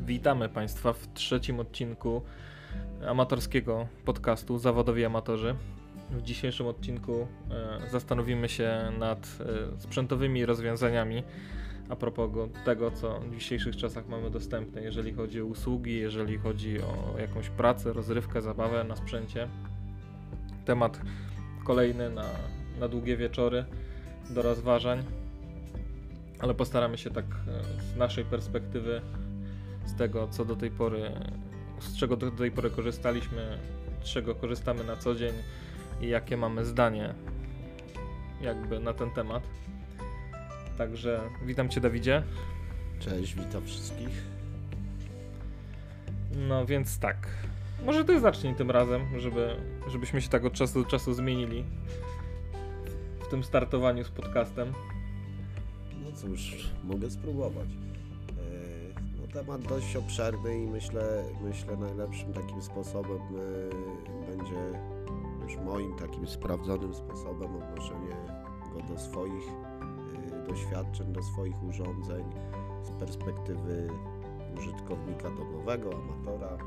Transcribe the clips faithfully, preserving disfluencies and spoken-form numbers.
Witamy Państwa w trzecim odcinku amatorskiego podcastu Zawodowi Amatorzy. W dzisiejszym odcinku e, zastanowimy się nad e, sprzętowymi rozwiązaniami a propos tego, co w dzisiejszych czasach mamy dostępne, jeżeli chodzi o usługi, jeżeli chodzi o jakąś pracę, rozrywkę, zabawę na sprzęcie. Temat kolejny na, na długie wieczory do rozważań, ale postaramy się tak e, z naszej perspektywy, z tego, co do tej pory, z czego do tej pory korzystaliśmy, z czego korzystamy na co dzień i jakie mamy zdanie jakby na ten temat. Także witam Cię, Dawidzie. Cześć, witam wszystkich. No więc tak, może Ty zacznij tym razem, żeby, żebyśmy się tak od czasu do czasu zmienili w tym startowaniu z podcastem. No cóż, mogę spróbować. No, temat dość obszerny i myślę, myślę najlepszym takim sposobem będzie, już moim takim sprawdzonym sposobem, odnoszenie go do swoich doświadczeń, do swoich urządzeń z perspektywy użytkownika domowego, amatora.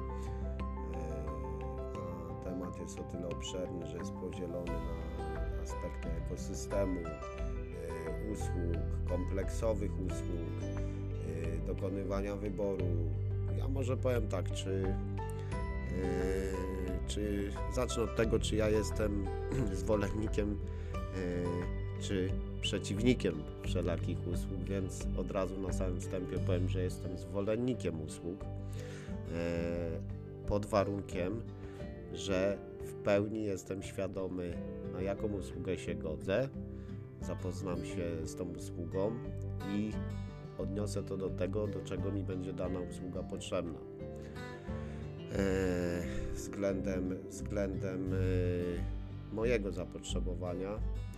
A temat jest o tyle obszerny, że jest podzielony na aspekty ekosystemu, usług, kompleksowych usług, dokonywania wyboru. Ja może powiem tak, czy, czy zacznę od tego, czy ja jestem zwolennikiem, czy przeciwnikiem wszelakich usług, więc od razu na samym wstępie powiem, że jestem zwolennikiem usług, pod warunkiem, że w pełni jestem świadomy, na jaką usługę się godzę, zapoznam się z tą usługą i odniosę to do tego, do czego mi będzie dana usługa potrzebna. Względem, względem mojego zapotrzebowania.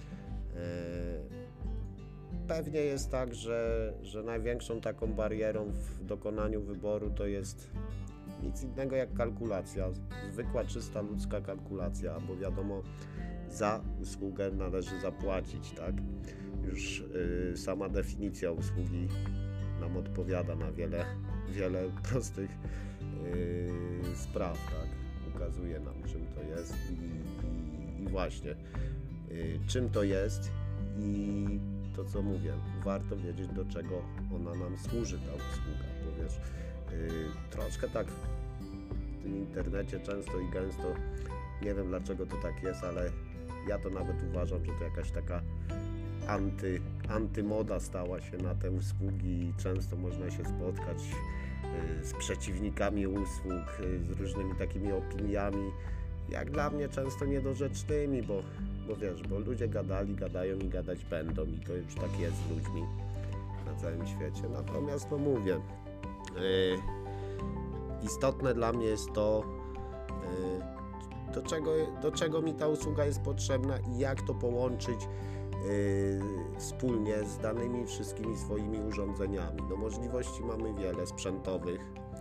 Pewnie jest tak, że, że największą taką barierą w dokonaniu wyboru to jest nic innego jak kalkulacja, zwykła, czysta ludzka kalkulacja, bo wiadomo, za usługę należy zapłacić, tak? Już yy, sama definicja usługi nam odpowiada na wiele, wiele prostych yy, spraw, tak? Ukazuje nam, czym to jest i, i, i właśnie yy, czym to jest i to, co mówię, warto wiedzieć, do czego ona nam służy, ta usługa, bo wiesz, yy, troszkę tak w tym internecie często i gęsto, nie wiem dlaczego to tak jest, ale ja to nawet uważam, że to jakaś taka anty, antymoda stała się na te usługi i często można się spotkać yy, z przeciwnikami usług, yy, z różnymi takimi opiniami, jak dla mnie często niedorzecznymi, bo Bo wiesz, bo ludzie gadali, gadają i gadać będą i to już tak jest z ludźmi na całym świecie. Natomiast no mówię, yy, istotne dla mnie jest to, yy, do, czego, do czego mi ta usługa jest potrzebna i jak to połączyć yy, wspólnie z danymi wszystkimi swoimi urządzeniami. No możliwości mamy wiele sprzętowych,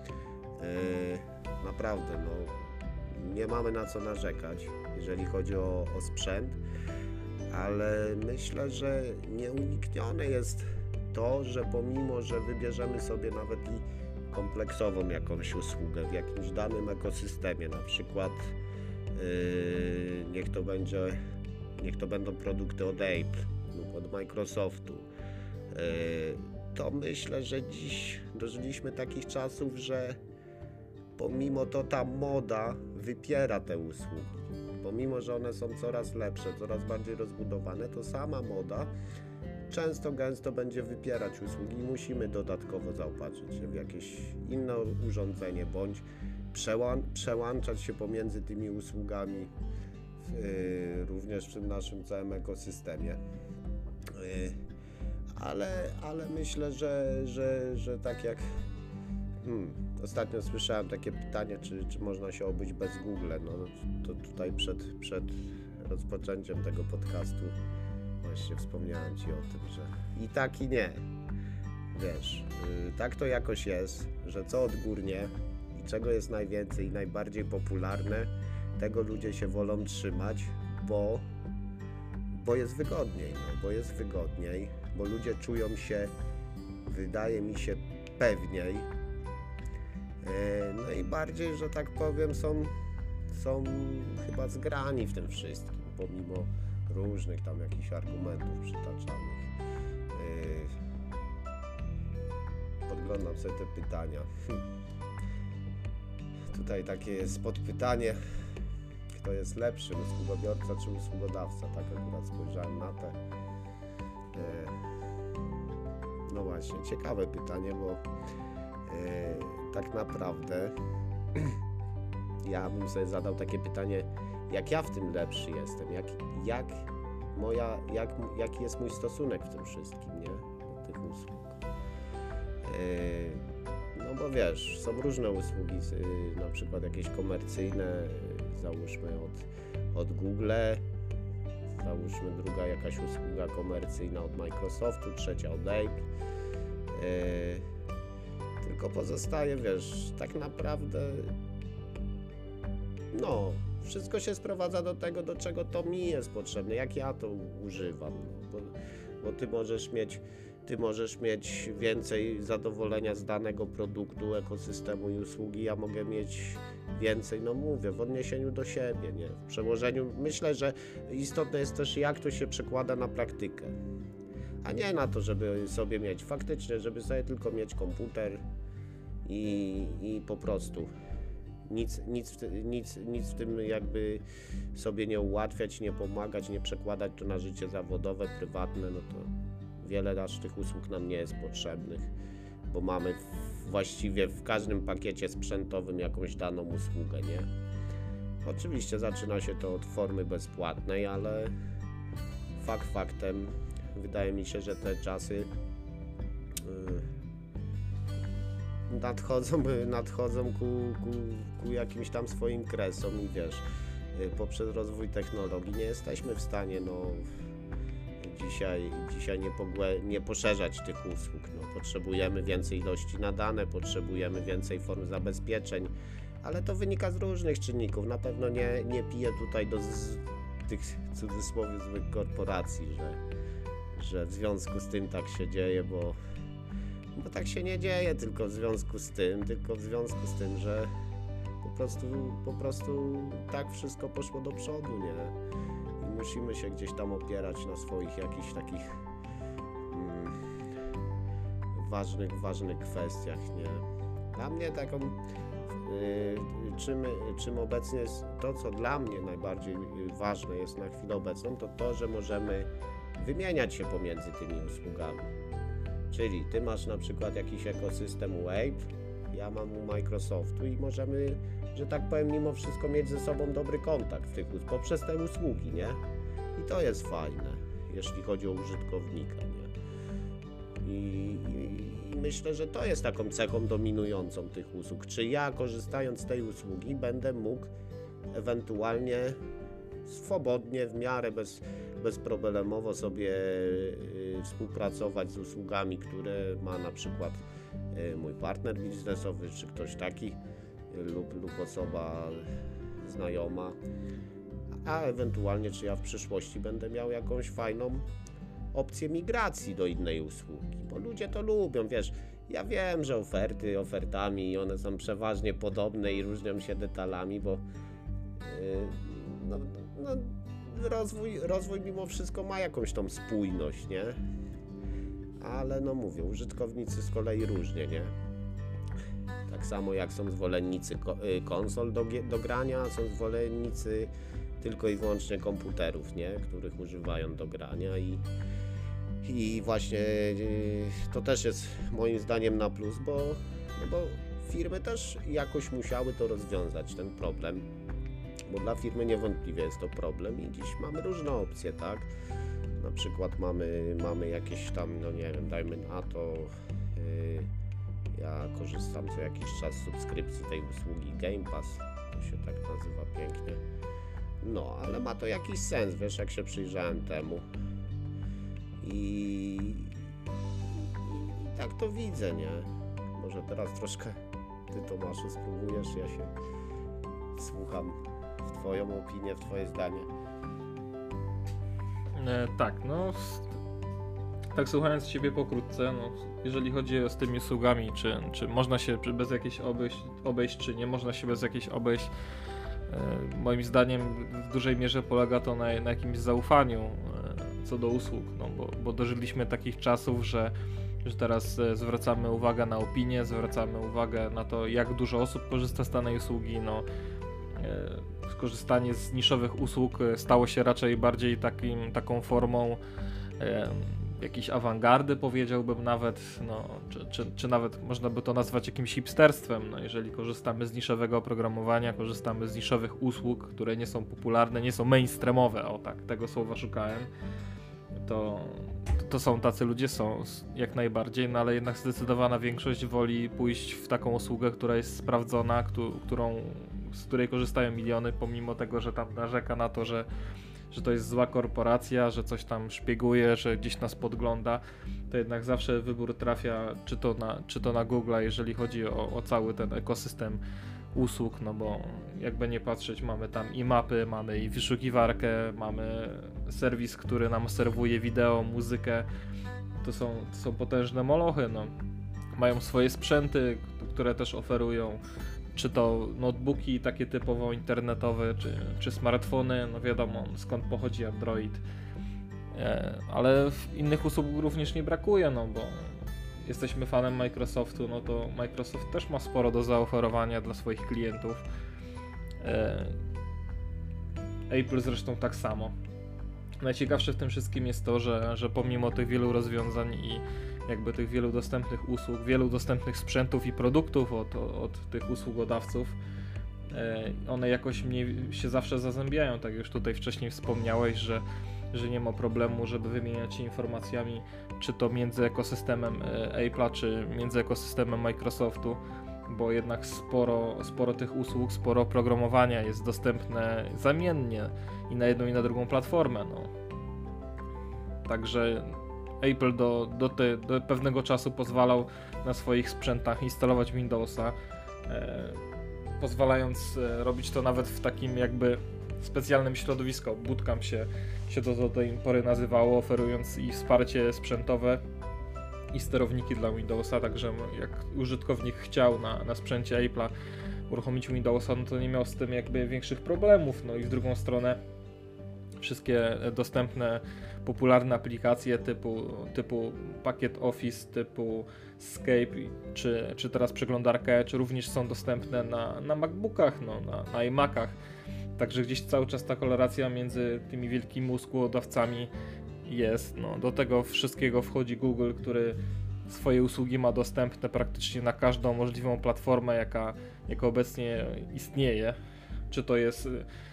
yy, naprawdę no. Nie mamy na co narzekać, jeżeli chodzi o, o sprzęt, ale myślę, że nieuniknione jest to, że pomimo, że wybierzemy sobie nawet i kompleksową jakąś usługę w jakimś danym ekosystemie, na przykład yy, niech to będzie, niech to będą produkty od Apple lub od Microsoftu, yy, to myślę, że dziś dożyliśmy takich czasów, że pomimo to ta moda wypiera te usługi. Pomimo, że one są coraz lepsze, coraz bardziej rozbudowane, to sama moda często gęsto będzie wypierać usługi i musimy dodatkowo zaopatrzyć się w jakieś inne urządzenie, bądź przełą- przełączać się pomiędzy tymi usługami w, yy, również w tym naszym całym ekosystemie. Yy, ale, ale myślę, że, że, że tak jak Hmm. Ostatnio słyszałem takie pytanie, czy, czy można się obyć bez Google. No to tutaj przed, przed rozpoczęciem tego podcastu właśnie wspomniałem Ci o tym, że i tak i nie. Wiesz, yy, tak to jakoś jest, że co odgórnie i czego jest najwięcej i najbardziej popularne, tego ludzie się wolą trzymać, bo, bo jest wygodniej, no, bo jest wygodniej, bo ludzie czują się, wydaje mi się, pewniej No i bardziej, że tak powiem, są, są chyba zgrani w tym wszystkim, pomimo różnych tam jakichś argumentów przytaczanych. Podglądam sobie te pytania. Tutaj takie jest podpytanie, kto jest lepszy, usługobiorca czy usługodawca. Tak akurat spojrzałem na te. No właśnie, ciekawe pytanie, bo tak naprawdę ja bym sobie zadał takie pytanie, jak ja w tym lepszy jestem, jak, jak moja, jak, jaki jest mój stosunek w tym wszystkim, nie? Do tych usług. No bo wiesz, są różne usługi, na przykład jakieś komercyjne, załóżmy od, od Google, załóżmy druga jakaś usługa komercyjna od Microsoftu, trzecia od Apple. Tylko pozostaje, wiesz, tak naprawdę no, wszystko się sprowadza do tego, do czego to mi jest potrzebne, jak ja to używam, no, bo, bo ty możesz mieć ty możesz mieć więcej zadowolenia z danego produktu, ekosystemu i usługi, ja mogę mieć więcej, no mówię, w odniesieniu do siebie, nie? W przełożeniu myślę, że istotne jest też, jak to się przekłada na praktykę, a nie na to, żeby sobie mieć, faktycznie, żeby sobie tylko mieć komputer i, i po prostu nic, nic, w, nic, nic w tym jakby sobie nie ułatwiać, nie pomagać, nie przekładać to na życie zawodowe, prywatne, no to wiele aż tych usług nam nie jest potrzebnych, bo mamy w, właściwie w każdym pakiecie sprzętowym jakąś daną usługę, nie? Oczywiście zaczyna się to od formy bezpłatnej, ale fakt faktem wydaje mi się, że te czasy yy, nadchodzą, nadchodzą ku, ku, ku jakimś tam swoim kresom i wiesz, yy, poprzez rozwój technologii nie jesteśmy w stanie, no Dzisiaj, dzisiaj nie, pogłę, nie poszerzać tych usług. No, potrzebujemy więcej ilości na dane, potrzebujemy więcej form zabezpieczeń, ale to wynika z różnych czynników. Na pewno nie, nie piję tutaj do z, tych w cudzysłowie złych korporacji, że, że w związku z tym tak się dzieje, bo, bo tak się nie dzieje tylko w związku z tym, tylko w związku z tym, że po prostu, po prostu tak wszystko poszło do przodu, nie? Musimy się gdzieś tam opierać na swoich jakichś takich mm, ważnych, ważnych kwestiach, nie? Dla mnie taką, yy, czym, czym obecnie jest to, co dla mnie najbardziej ważne jest na chwilę obecną, to to, że możemy wymieniać się pomiędzy tymi usługami. Czyli ty masz na przykład jakiś ekosystem u Apple, ja mam u Microsoftu i możemy, że tak powiem, mimo wszystko mieć ze sobą dobry kontakt w tych, poprzez te usługi, nie? I to jest fajne, jeśli chodzi o użytkownika, nie? I, i, i myślę, że to jest taką cechą dominującą tych usług. Czy ja, korzystając z tej usługi, będę mógł ewentualnie swobodnie, w miarę bez, bezproblemowo sobie y, współpracować z usługami, które ma na przykład y, mój partner biznesowy, czy ktoś taki, y, lub, lub osoba znajoma, a ewentualnie czy ja w przyszłości będę miał jakąś fajną opcję migracji do innej usługi, bo ludzie to lubią, wiesz, ja wiem, że oferty ofertami, one są przeważnie podobne i różnią się detalami, bo yy, no, no, rozwój, rozwój mimo wszystko ma jakąś tą spójność, nie? Ale no mówię, użytkownicy z kolei różnie, nie? Tak samo jak są zwolennicy konsol do, do grania, są zwolennicy tylko i wyłącznie komputerów, nie? Których używają do grania i, i właśnie to też jest moim zdaniem na plus, bo, no bo firmy też jakoś musiały to rozwiązać, ten problem, bo dla firmy niewątpliwie jest to problem i dziś mamy różne opcje, tak? Na przykład mamy, mamy jakieś tam, no nie wiem, dajmy na to, yy, ja korzystam co jakiś czas z subskrypcji tej usługi Game Pass, to się tak nazywa pięknie. No, ale ma to jakiś sens, wiesz, jak się przyjrzałem temu. I, i, i tak to widzę, nie? Może teraz troszkę ty, Tomaszu, spróbujesz, ja się słucham w twoją opinię, w twoje zdanie. E, tak, no tak słuchając Ciebie pokrótce, no, jeżeli chodzi o z tymi usługami, czy, czy można się bez jakiejś obejść, obejść, czy nie można się bez jakiejś obejść, e, moim zdaniem w dużej mierze polega to na, na jakimś zaufaniu e, co do usług, no, bo, bo dożyliśmy takich czasów, że, że teraz e, zwracamy uwagę na opinię, zwracamy uwagę na to, jak dużo osób korzysta z danej usługi, no, e, skorzystanie z niszowych usług stało się raczej bardziej takim, taką formą e, jakiejś awangardy, powiedziałbym nawet, no, czy, czy, czy nawet można by to nazwać jakimś hipsterstwem, no, jeżeli korzystamy z niszowego oprogramowania, korzystamy z niszowych usług, które nie są popularne, nie są mainstreamowe, o tak, tego słowa szukałem, to, to są tacy ludzie, są jak najbardziej, no ale jednak zdecydowana większość woli pójść w taką usługę, która jest sprawdzona, którą, z której korzystają miliony, pomimo tego, że tam narzeka na to, że że to jest zła korporacja, że coś tam szpieguje, że gdzieś nas podgląda, to jednak zawsze wybór trafia czy to na, czy to na Google'a, jeżeli chodzi o, o cały ten ekosystem usług, no bo jakby nie patrzeć, mamy tam i mapy, mamy i wyszukiwarkę, mamy serwis, który nam serwuje wideo, muzykę, to są, to są potężne molochy, no. Mają swoje sprzęty, które też oferują, czy to notebooki takie typowo internetowe, czy, czy smartfony, no wiadomo skąd pochodzi Android, e, ale innych usług również nie brakuje, no bo jesteśmy fanem Microsoftu, no to Microsoft też ma sporo do zaoferowania dla swoich klientów, e, Apple zresztą tak samo. Najciekawsze w tym wszystkim jest to, że, że pomimo tych wielu rozwiązań i jakby tych wielu dostępnych usług, wielu dostępnych sprzętów i produktów od, od tych usługodawców, one jakoś mniej się zawsze zazębiają, tak już tutaj wcześniej wspomniałeś, że, że nie ma problemu, żeby wymieniać się informacjami, czy to między ekosystemem Apple'a, czy między ekosystemem Microsoftu, bo jednak sporo, sporo tych usług, sporo oprogramowania jest dostępne zamiennie i na jedną i na drugą platformę, no. Także Apple do, do, te, do pewnego czasu pozwalał na swoich sprzętach instalować Windowsa, e, pozwalając e, robić to nawet w takim jakby specjalnym środowisku. Bootcamp się, się to do tej pory nazywało, oferując i wsparcie sprzętowe i sterowniki dla Windowsa, także jak użytkownik chciał na, na sprzęcie Apple'a uruchomić Windowsa, no to nie miał z tym jakby większych problemów, no i w drugą stronę wszystkie dostępne, popularne aplikacje typu, typu pakiet Office, typu Skype, czy, czy teraz przeglądarka Edge również są dostępne na, na MacBookach, no, na, na iMacach. Także gdzieś cały czas ta korelacja między tymi wielkimi usługodawcami jest. No, do tego wszystkiego wchodzi Google, który swoje usługi ma dostępne praktycznie na każdą możliwą platformę, jaka, jaka obecnie istnieje. Czy to jest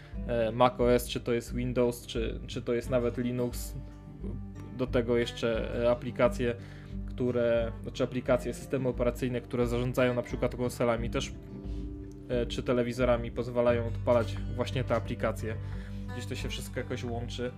macOS, czy to jest Windows, czy, czy to jest nawet Linux. Do tego jeszcze aplikacje, które, znaczy aplikacje, systemy operacyjne, które zarządzają na przykład konsolami też, czy telewizorami, pozwalają odpalać właśnie te aplikacje. Gdzieś to się wszystko jakoś łączy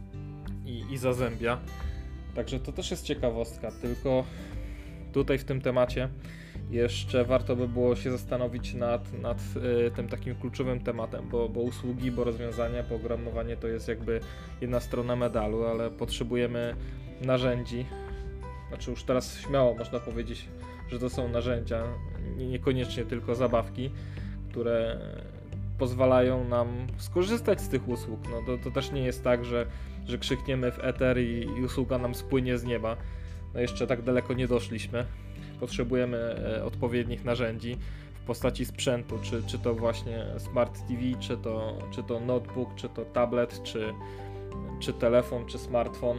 i, i zazębia. Także to też jest ciekawostka, tylko tutaj w tym temacie jeszcze warto by było się zastanowić nad, nad y, tym takim kluczowym tematem, bo, bo usługi, bo rozwiązania, bo oprogramowanie to jest jakby jedna strona medalu, ale potrzebujemy narzędzi. Znaczy już teraz śmiało można powiedzieć, że to są narzędzia, nie, niekoniecznie tylko zabawki, które pozwalają nam skorzystać z tych usług. No to, to też nie jest tak, że, że krzykniemy w eter i, i usługa nam spłynie z nieba. No jeszcze tak daleko nie doszliśmy. Potrzebujemy e, odpowiednich narzędzi w postaci sprzętu, czy, czy to właśnie Smart T V, czy to, czy to notebook, czy to tablet, czy, czy telefon, czy smartfon.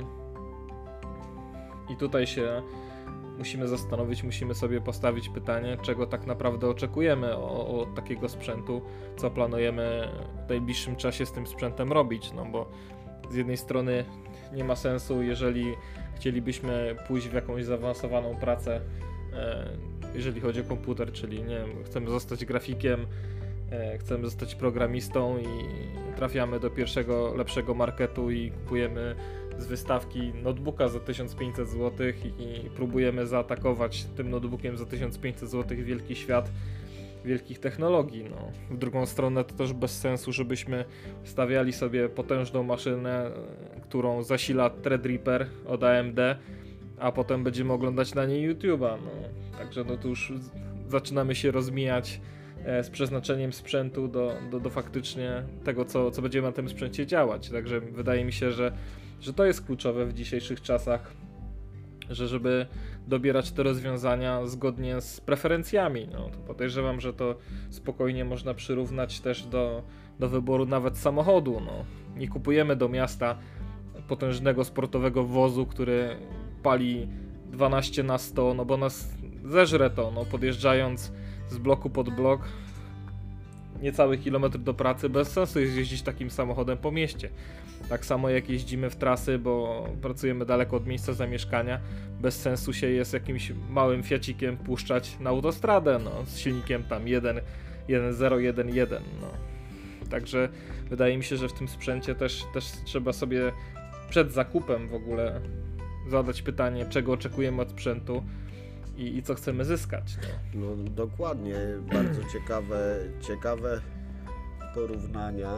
I tutaj się musimy zastanowić, musimy sobie postawić pytanie, czego tak naprawdę oczekujemy od takiego sprzętu, co planujemy w najbliższym czasie z tym sprzętem robić, no bo z jednej strony nie ma sensu, jeżeli chcielibyśmy pójść w jakąś zaawansowaną pracę, jeżeli chodzi o komputer, czyli nie wiem, chcemy zostać grafikiem, chcemy zostać programistą i trafiamy do pierwszego lepszego marketu i kupujemy z wystawki notebooka za tysiąc pięćset złotych i próbujemy zaatakować tym notebookiem za tysiąc pięćset złotych wielki świat wielkich technologii. No. W drugą stronę to też bez sensu, żebyśmy stawiali sobie potężną maszynę, którą zasila Threadripper od A M D a potem będziemy oglądać na niej YouTube'a. No, także no to już zaczynamy się rozmijać z przeznaczeniem sprzętu do, do, do faktycznie tego, co, co będziemy na tym sprzęcie działać. Także wydaje mi się, że, że to jest kluczowe w dzisiejszych czasach, że żeby dobierać te rozwiązania zgodnie z preferencjami. No, to podejrzewam, że to spokojnie można przyrównać też do, do wyboru nawet samochodu. No, nie kupujemy do miasta potężnego sportowego wozu, który pali dwanaście na sto, no bo nas zeżre to, no, podjeżdżając z bloku pod blok niecały kilometr do pracy, bez sensu jest jeździć takim samochodem po mieście. Tak samo jak jeździmy w trasy, bo pracujemy daleko od miejsca zamieszkania, bez sensu się jest jakimś małym fiacikiem puszczać na autostradę, no, z silnikiem tam jeden zero jeden jeden, no. Także wydaje mi się, że w tym sprzęcie też, też trzeba sobie przed zakupem w ogóle zadać pytanie, czego oczekujemy od sprzętu i, i co chcemy zyskać. No, no dokładnie, bardzo ciekawe, ciekawe porównania.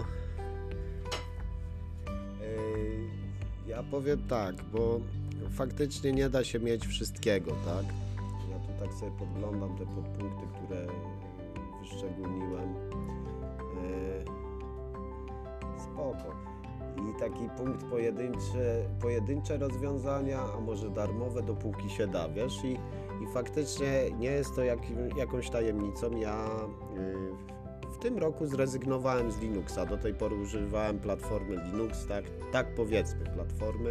Ja powiem tak, bo faktycznie nie da się mieć wszystkiego, tak? Ja tu tak sobie podglądam te podpunkty, które wyszczególniłem. Spoko. I taki punkt pojedyncze, pojedyncze rozwiązania, a może darmowe, dopóki się da, wiesz? I, i faktycznie nie jest to jak, jakąś tajemnicą. Ja yy, w tym roku zrezygnowałem z Linuxa. Do tej pory używałem platformy Linux, tak, tak powiedzmy, platformy.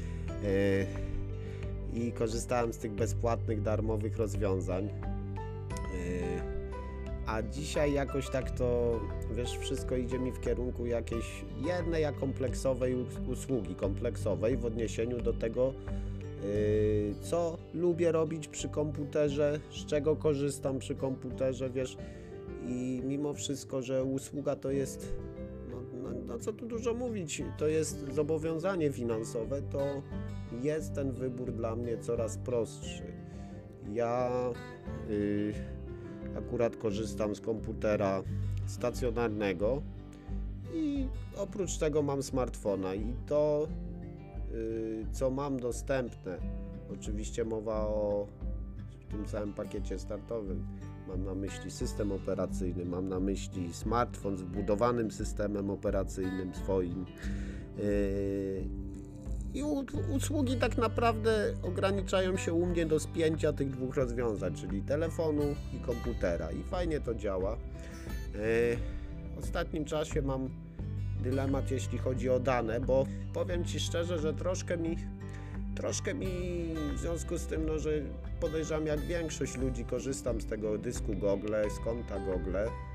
Yy, I korzystałem z tych bezpłatnych, darmowych rozwiązań. Yy, A dzisiaj jakoś tak to, wiesz, wszystko idzie mi w kierunku jakiejś jednej, a kompleksowej usługi, kompleksowej w odniesieniu do tego, yy, co lubię robić przy komputerze, z czego korzystam przy komputerze, wiesz, i mimo wszystko, że usługa to jest, no, no, no co tu dużo mówić, to jest zobowiązanie finansowe, to jest ten wybór dla mnie coraz prostszy. Ja... Yy, Akurat korzystam z komputera stacjonarnego i oprócz tego mam smartfona i to, yy, co mam dostępne, oczywiście mowa o tym całym pakiecie startowym, mam na myśli system operacyjny, mam na myśli smartfon z wbudowanym systemem operacyjnym swoim. Yy, I usługi tak naprawdę ograniczają się u mnie do spięcia tych dwóch rozwiązań, czyli telefonu i komputera. I fajnie to działa. W ostatnim czasie mam dylemat, jeśli chodzi o dane, bo powiem Ci szczerze, że troszkę mi, troszkę mi w związku z tym, no, że podejrzewam, jak większość ludzi korzystam z tego dysku Google, z konta Google.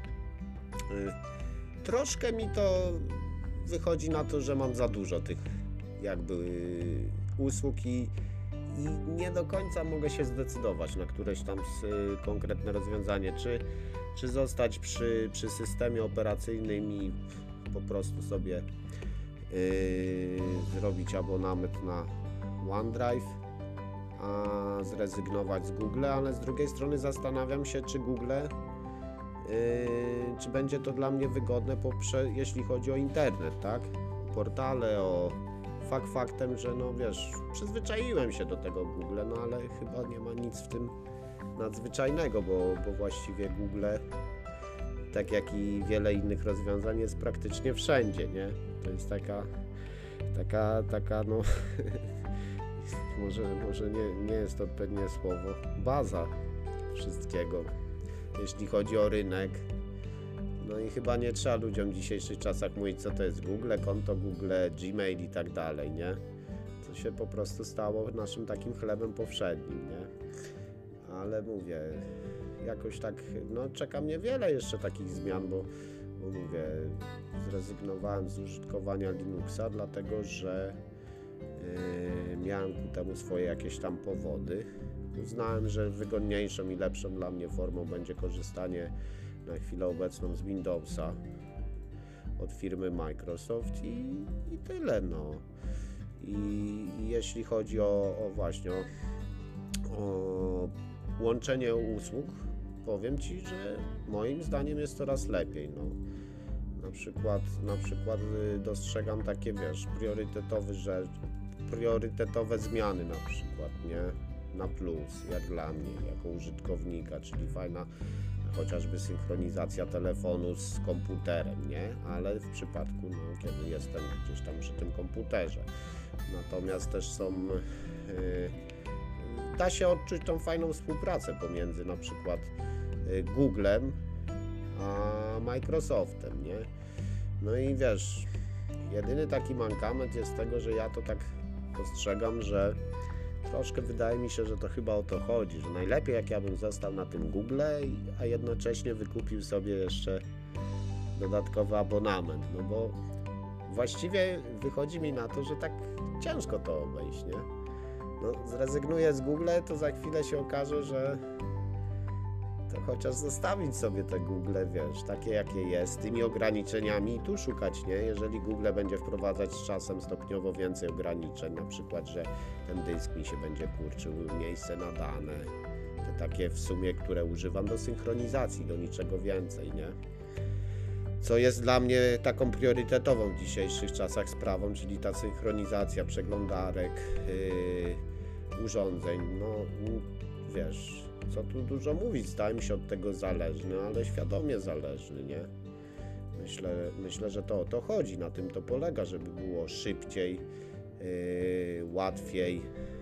Troszkę mi to wychodzi na to, że mam za dużo tych jakby usług i, i nie do końca mogę się zdecydować na któreś tam konkretne rozwiązanie, czy, czy zostać przy, przy systemie operacyjnym i po prostu sobie yy, zrobić abonament na OneDrive, a zrezygnować z Google, ale z drugiej strony zastanawiam się, czy Google, yy, czy będzie to dla mnie wygodne, poprze, jeśli chodzi o internet, tak? O portale, o Fakt faktem, że no wiesz, przyzwyczaiłem się do tego Google, no ale chyba nie ma nic w tym nadzwyczajnego, bo, bo właściwie Google, tak jak i wiele innych rozwiązań, jest praktycznie wszędzie, nie? To jest taka, taka, taka no, może, może nie, nie jest to odpowiednie słowo, baza wszystkiego, jeśli chodzi o rynek. No i chyba nie trzeba ludziom w dzisiejszych czasach mówić, co to jest Google, konto Google, Gmail i tak dalej, nie? To się po prostu stało naszym takim chlebem powszednim, nie? Ale mówię, jakoś tak, no czeka mnie wiele jeszcze takich zmian, bo, bo mówię, zrezygnowałem z użytkowania Linuxa, dlatego że yy, miałem ku temu swoje jakieś tam powody. Uznałem, że wygodniejszą i lepszą dla mnie formą będzie korzystanie na chwilę obecną z Windowsa od firmy Microsoft i, i tyle, no. I, i jeśli chodzi o, o właśnie o, o łączenie usług, powiem Ci, że moim zdaniem jest coraz lepiej, no. Na przykład, na przykład dostrzegam takie, wiesz, priorytetowe rzeczy, priorytetowe zmiany na przykład, nie? Na plus, jak dla mnie, jako użytkownika, czyli fajna chociażby synchronizacja telefonu z komputerem, nie? Ale w przypadku, no, kiedy jestem gdzieś tam przy tym komputerze. Natomiast też są, yy, da się odczuć tą fajną współpracę pomiędzy na przykład yy, Googlem a Microsoftem, nie? No i wiesz, jedyny taki mankament jest tego, że ja to tak postrzegam, że troszkę wydaje mi się, że to chyba o to chodzi, że najlepiej jak ja bym został na tym Google, a jednocześnie wykupił sobie jeszcze dodatkowy abonament, no bo właściwie wychodzi mi na to, że tak ciężko to obejść, nie? No, zrezygnuję z Google, to za chwilę się okaże, że to chociaż zostawić sobie te Google, wiesz, takie jakie jest, z tymi ograniczeniami i tu szukać, nie? Jeżeli Google będzie wprowadzać z czasem stopniowo więcej ograniczeń, na przykład, że ten dysk mi się będzie kurczył, miejsce na dane, te takie w sumie, które używam do synchronizacji, do niczego więcej, nie? Co jest dla mnie taką priorytetową w dzisiejszych czasach sprawą, czyli ta synchronizacja przeglądarek, yy, urządzeń, no wiesz, co tu dużo mówić, stałem się od tego zależny, ale świadomie zależny, nie? Myślę, myślę, że to o to chodzi, na tym to polega, żeby było szybciej, yy, łatwiej,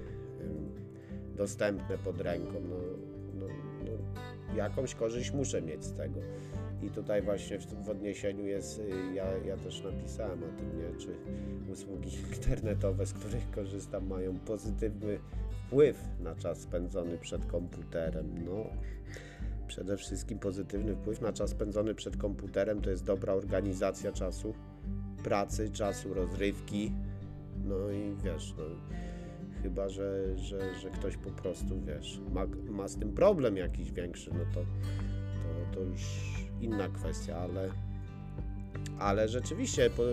yy, dostępne pod ręką, no, no, no, jakąś korzyść muszę mieć z tego. I tutaj właśnie w, w odniesieniu jest, ja, ja też napisałem o tym, nie? Czy usługi internetowe, z których korzystam, mają pozytywny wpływ na czas spędzony przed komputerem. No, przede wszystkim pozytywny wpływ na czas spędzony przed komputerem to jest dobra organizacja czasu pracy, czasu rozrywki. No i wiesz, no, chyba, że, że, że ktoś po prostu, wiesz, ma, ma z tym problem jakiś większy, no to, to, to już inna kwestia, ale, ale rzeczywiście po,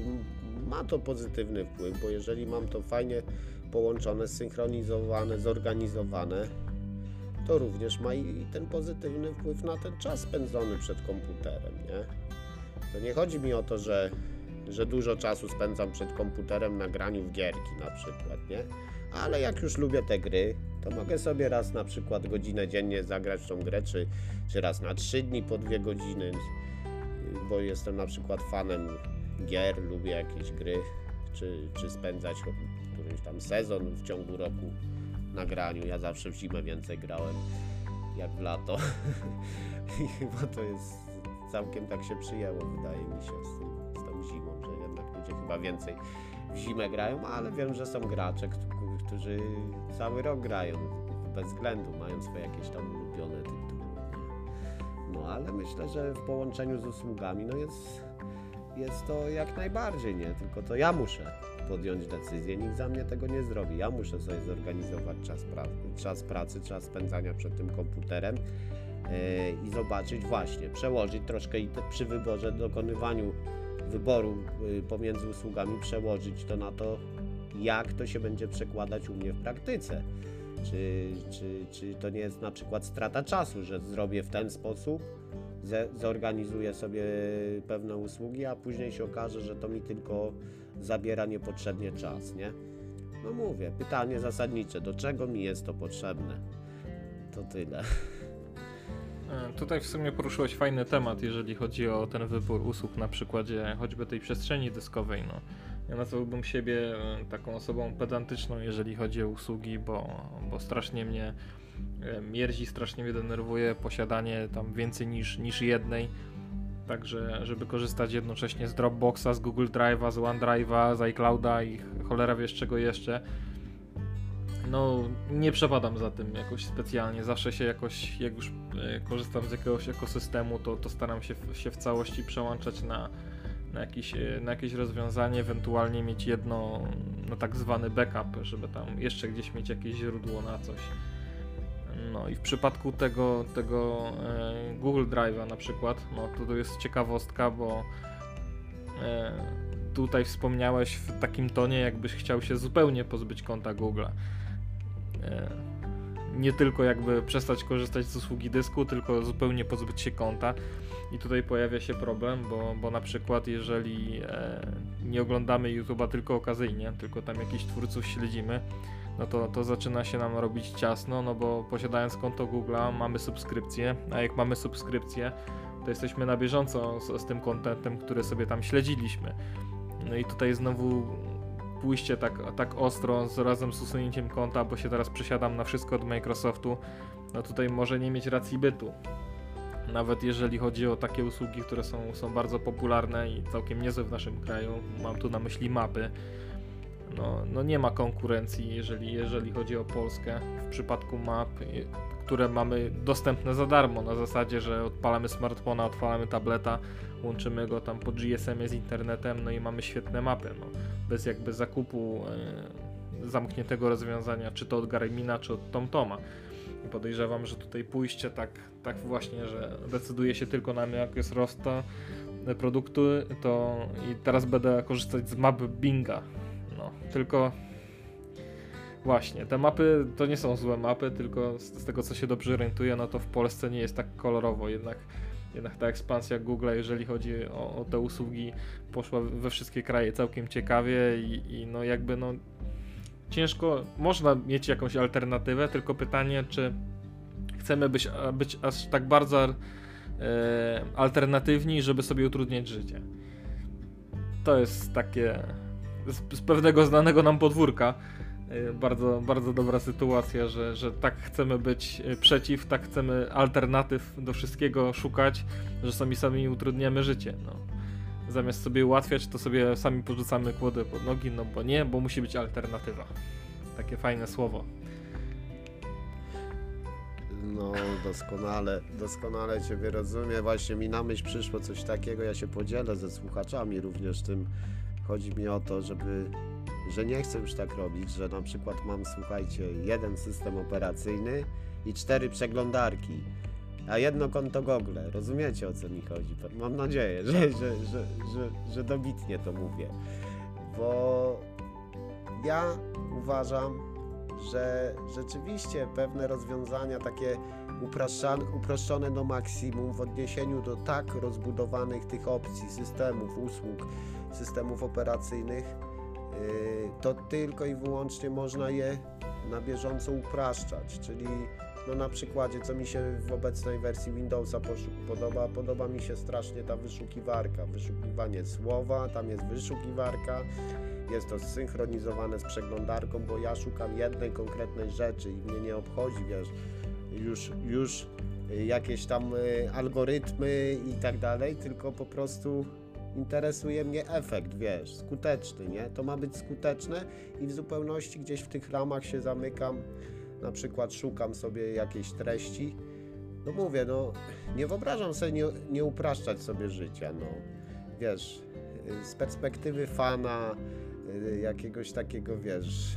ma to pozytywny wpływ, bo jeżeli mam to fajnie połączone, zsynchronizowane, zorganizowane, to również ma i ten pozytywny wpływ na ten czas spędzony przed komputerem, nie? To nie chodzi mi o to, że, że dużo czasu spędzam przed komputerem na graniu w gierki na przykład, nie? Ale jak już lubię te gry, to mogę sobie raz na przykład godzinę dziennie zagrać w tą grę, czy, czy raz na trzy dni po dwie godziny, bo jestem na przykład fanem gier, lubię jakieś gry, czy, czy spędzać któryś tam sezon w ciągu roku na graniu. Ja zawsze w zimę więcej grałem jak w lato i chyba to jest całkiem tak się przyjęło, wydaje mi się, z, tym, z tą zimą, że jednak ludzie chyba więcej w zimę grają, ale wiem, że są gracze, którzy cały rok grają bez względu, mają swoje jakieś tam ulubione tytuły. No ale myślę, że w połączeniu z usługami no jest, jest to jak najbardziej, nie? Tylko to ja muszę podjąć decyzję, nikt za mnie tego nie zrobi. Ja muszę sobie zorganizować czas, pra- czas pracy, czas spędzania przed tym komputerem yy, i zobaczyć właśnie, przełożyć troszkę i te, przy wyborze, dokonywaniu wyboru yy, pomiędzy usługami, przełożyć to na to, jak to się będzie przekładać u mnie w praktyce. Czy, czy, czy to nie jest na przykład strata czasu, że zrobię w ten sposób, ze, zorganizuję sobie pewne usługi, a później się okaże, że to mi tylko zabiera niepotrzebnie czas, nie? No mówię, pytanie zasadnicze, do czego mi jest to potrzebne? To tyle. Tutaj w sumie poruszyłeś fajny temat, jeżeli chodzi o ten wybór usług na przykładzie choćby tej przestrzeni dyskowej. No, ja nazwałbym siebie taką osobą pedantyczną, jeżeli chodzi o usługi, bo, bo strasznie mnie mierzi, strasznie mnie denerwuje posiadanie tam więcej niż, niż jednej. Także, żeby korzystać jednocześnie z Dropboxa, z Google Drive'a, z OneDrive'a, z iClouda i cholera wiesz czego jeszcze. No, nie przepadam za tym jakoś specjalnie. Zawsze się jakoś, jak już e, korzystam z jakiegoś ekosystemu, to, to staram się w, się w całości przełączać na, na, jakiś, na jakieś rozwiązanie, ewentualnie mieć jedno, no tak zwany backup, żeby tam jeszcze gdzieś mieć jakieś źródło na coś. No i w przypadku tego, tego e, Google Drive'a na przykład, no to, to jest ciekawostka, bo e, tutaj wspomniałeś w takim tonie, jakbyś chciał się zupełnie pozbyć konta Google'a. E, nie tylko jakby przestać korzystać z usługi dysku, tylko zupełnie pozbyć się konta. I tutaj pojawia się problem, bo, bo na przykład jeżeli e, nie oglądamy YouTube'a tylko okazyjnie, tylko tam jakichś twórców śledzimy, no to, to zaczyna się nam robić ciasno, no bo posiadając konto Google'a mamy subskrypcję, a jak mamy subskrypcję, to jesteśmy na bieżąco z, z tym contentem, który sobie tam śledziliśmy. No i tutaj znowu pójście tak, tak ostro z, razem z usunięciem konta, bo się teraz przesiadam na wszystko od Microsoftu, no tutaj może nie mieć racji bytu. Nawet jeżeli chodzi o takie usługi, które są, są bardzo popularne i całkiem niezłe w naszym kraju, mam tu na myśli mapy, no, no nie ma konkurencji, jeżeli, jeżeli chodzi o Polskę w przypadku map, które mamy dostępne za darmo, na zasadzie, że odpalamy smartfona, odpalamy tableta, łączymy go tam po G S M-ie z internetem, no i mamy świetne mapy, no, bez jakby zakupu e, zamkniętego rozwiązania, czy to od Garmina, czy od TomToma. I podejrzewam, że tutaj pójście tak, tak właśnie, że decyduje się tylko na jakość rosta produktu, to i teraz będę korzystać z map Binga. No, tylko właśnie, te mapy to nie są złe mapy, tylko z, z tego co się dobrze orientuję, no to w Polsce nie jest tak kolorowo, jednak, jednak ta ekspansja Google'a, jeżeli chodzi o, o te usługi, poszła we wszystkie kraje całkiem ciekawie i, i no jakby no ciężko, można mieć jakąś alternatywę, tylko pytanie, czy chcemy być, być aż tak bardzo e, alternatywni, żeby sobie utrudniać życie. To jest takie z, z pewnego znanego nam podwórka e, bardzo, bardzo dobra sytuacja, że, że tak chcemy być przeciw, tak chcemy alternatyw do wszystkiego szukać, że sami sami utrudniamy życie. No. Zamiast sobie ułatwiać, to sobie sami porzucamy kłodę pod nogi, no bo nie, bo musi być alternatywa. Takie fajne słowo. No doskonale, doskonale Ciebie rozumiem. Właśnie mi na myśl przyszło coś takiego, ja się podzielę ze słuchaczami również tym. Chodzi mi o to, żeby, że nie chcę już tak robić, że na przykład mam, słuchajcie, jeden system operacyjny i cztery przeglądarki, a jedno konto Google. Rozumiecie, o co mi chodzi? Mam nadzieję, że, że, że, że, że dobitnie to mówię. Bo ja uważam, że rzeczywiście pewne rozwiązania takie upraszczane, uproszczone do maksimum w odniesieniu do tak rozbudowanych tych opcji, systemów, usług, systemów operacyjnych, yy, to tylko i wyłącznie można je na bieżąco upraszczać, czyli no na przykładzie, co mi się w obecnej wersji Windowsa podoba, podoba mi się strasznie ta wyszukiwarka, wyszukiwanie słowa, tam jest wyszukiwarka, jest to zsynchronizowane z przeglądarką, bo ja szukam jednej konkretnej rzeczy i mnie nie obchodzi, wiesz, już, już jakieś tam algorytmy i tak dalej, tylko po prostu interesuje mnie efekt, wiesz, skuteczny, nie? To ma być skuteczne i w zupełności gdzieś w tych ramach się zamykam, na przykład szukam sobie jakiejś treści, no mówię, no nie wyobrażam sobie nie, nie upraszczać sobie życia, no wiesz, z perspektywy fana, jakiegoś takiego, wiesz,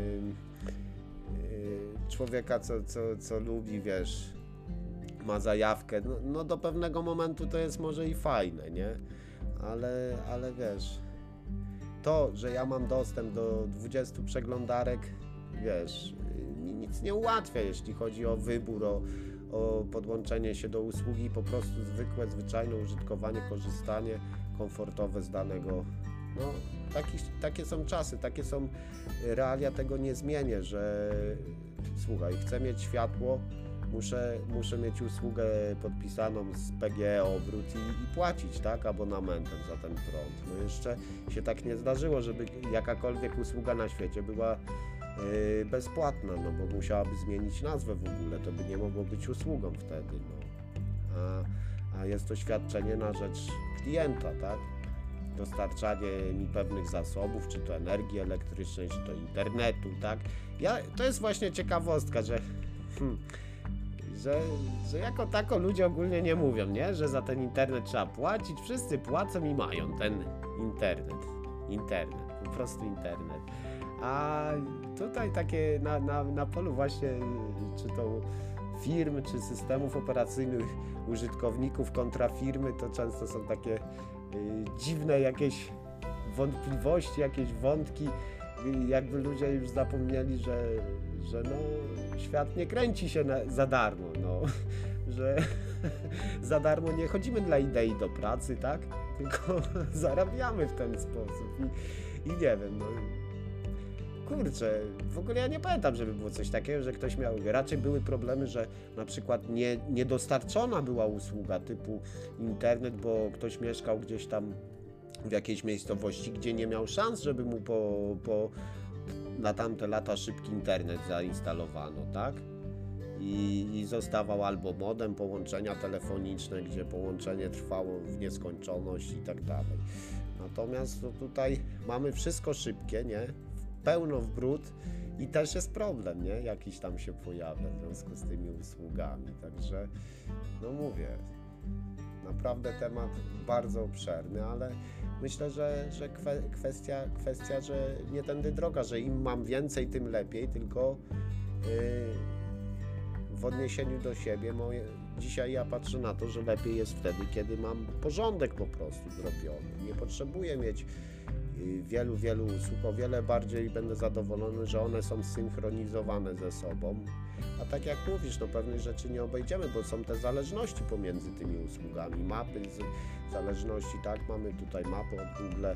człowieka, co, co, co lubi, wiesz, ma zajawkę, no, no do pewnego momentu to jest może i fajne, nie? Ale, ale wiesz, to, że ja mam dostęp do dwudziestu przeglądarek, wiesz, nic nie ułatwia, jeśli chodzi o wybór, o, o podłączenie się do usługi, po prostu zwykłe, zwyczajne użytkowanie, korzystanie komfortowe z danego, no taki, takie są czasy, takie są realia, tego nie zmienię, że słuchaj, chcę mieć światło, muszę, muszę mieć usługę podpisaną z P G E obrót i, i płacić, tak, abonamentem za ten prąd. No jeszcze się tak nie zdarzyło, żeby jakakolwiek usługa na świecie była Yy, bezpłatna, no bo musiałaby zmienić nazwę w ogóle, to by nie mogło być usługą wtedy, no. A, a jest to świadczenie na rzecz klienta, tak? Dostarczanie mi pewnych zasobów, czy to energii elektrycznej, czy to internetu, tak? Ja, to jest właśnie ciekawostka, że, hmm, że, że jako tako ludzie ogólnie nie mówią, nie? Że za ten internet trzeba płacić, wszyscy płacą i mają ten internet, internet, po prostu internet. A tutaj takie na, na, na polu właśnie, czy to firm, czy systemów operacyjnych użytkowników kontra firmy, to często są takie y, dziwne jakieś wątpliwości, jakieś wątki, y, jakby ludzie już zapomnieli, że, że no, świat nie kręci się na, za darmo, no, że za darmo nie chodzimy dla idei do pracy, tak? tylko zarabiamy w ten sposób i, i nie wiem, no kurczę, w ogóle ja nie pamiętam, żeby było coś takiego, że ktoś miał, raczej były problemy, że na przykład nie, niedostarczona była usługa typu internet, bo ktoś mieszkał gdzieś tam w jakiejś miejscowości, gdzie nie miał szans, żeby mu po, po na tamte lata szybki internet zainstalowano, tak? I, i zostawał albo modem, połączenia telefoniczne, gdzie połączenie trwało w nieskończoność i tak dalej. Natomiast no, tutaj mamy wszystko szybkie, nie? Pełno w brud i też jest problem, nie? Jakiś tam się pojawia w związku z tymi usługami. Także, no mówię, naprawdę temat bardzo obszerny, ale myślę, że, że kwe, kwestia, kwestia, że nie tędy droga, że im mam więcej, tym lepiej, tylko yy, w odniesieniu do siebie moje, dzisiaj ja patrzę na to, że lepiej jest wtedy, kiedy mam porządek po prostu zrobiony. Nie potrzebuję mieć wielu, wielu usług, o wiele bardziej będę zadowolony, że one są synchronizowane ze sobą. A tak jak mówisz, no pewnych rzeczy nie obejdziemy, bo są te zależności pomiędzy tymi usługami. Mapy, z, zależności, tak, mamy tutaj mapy od Google.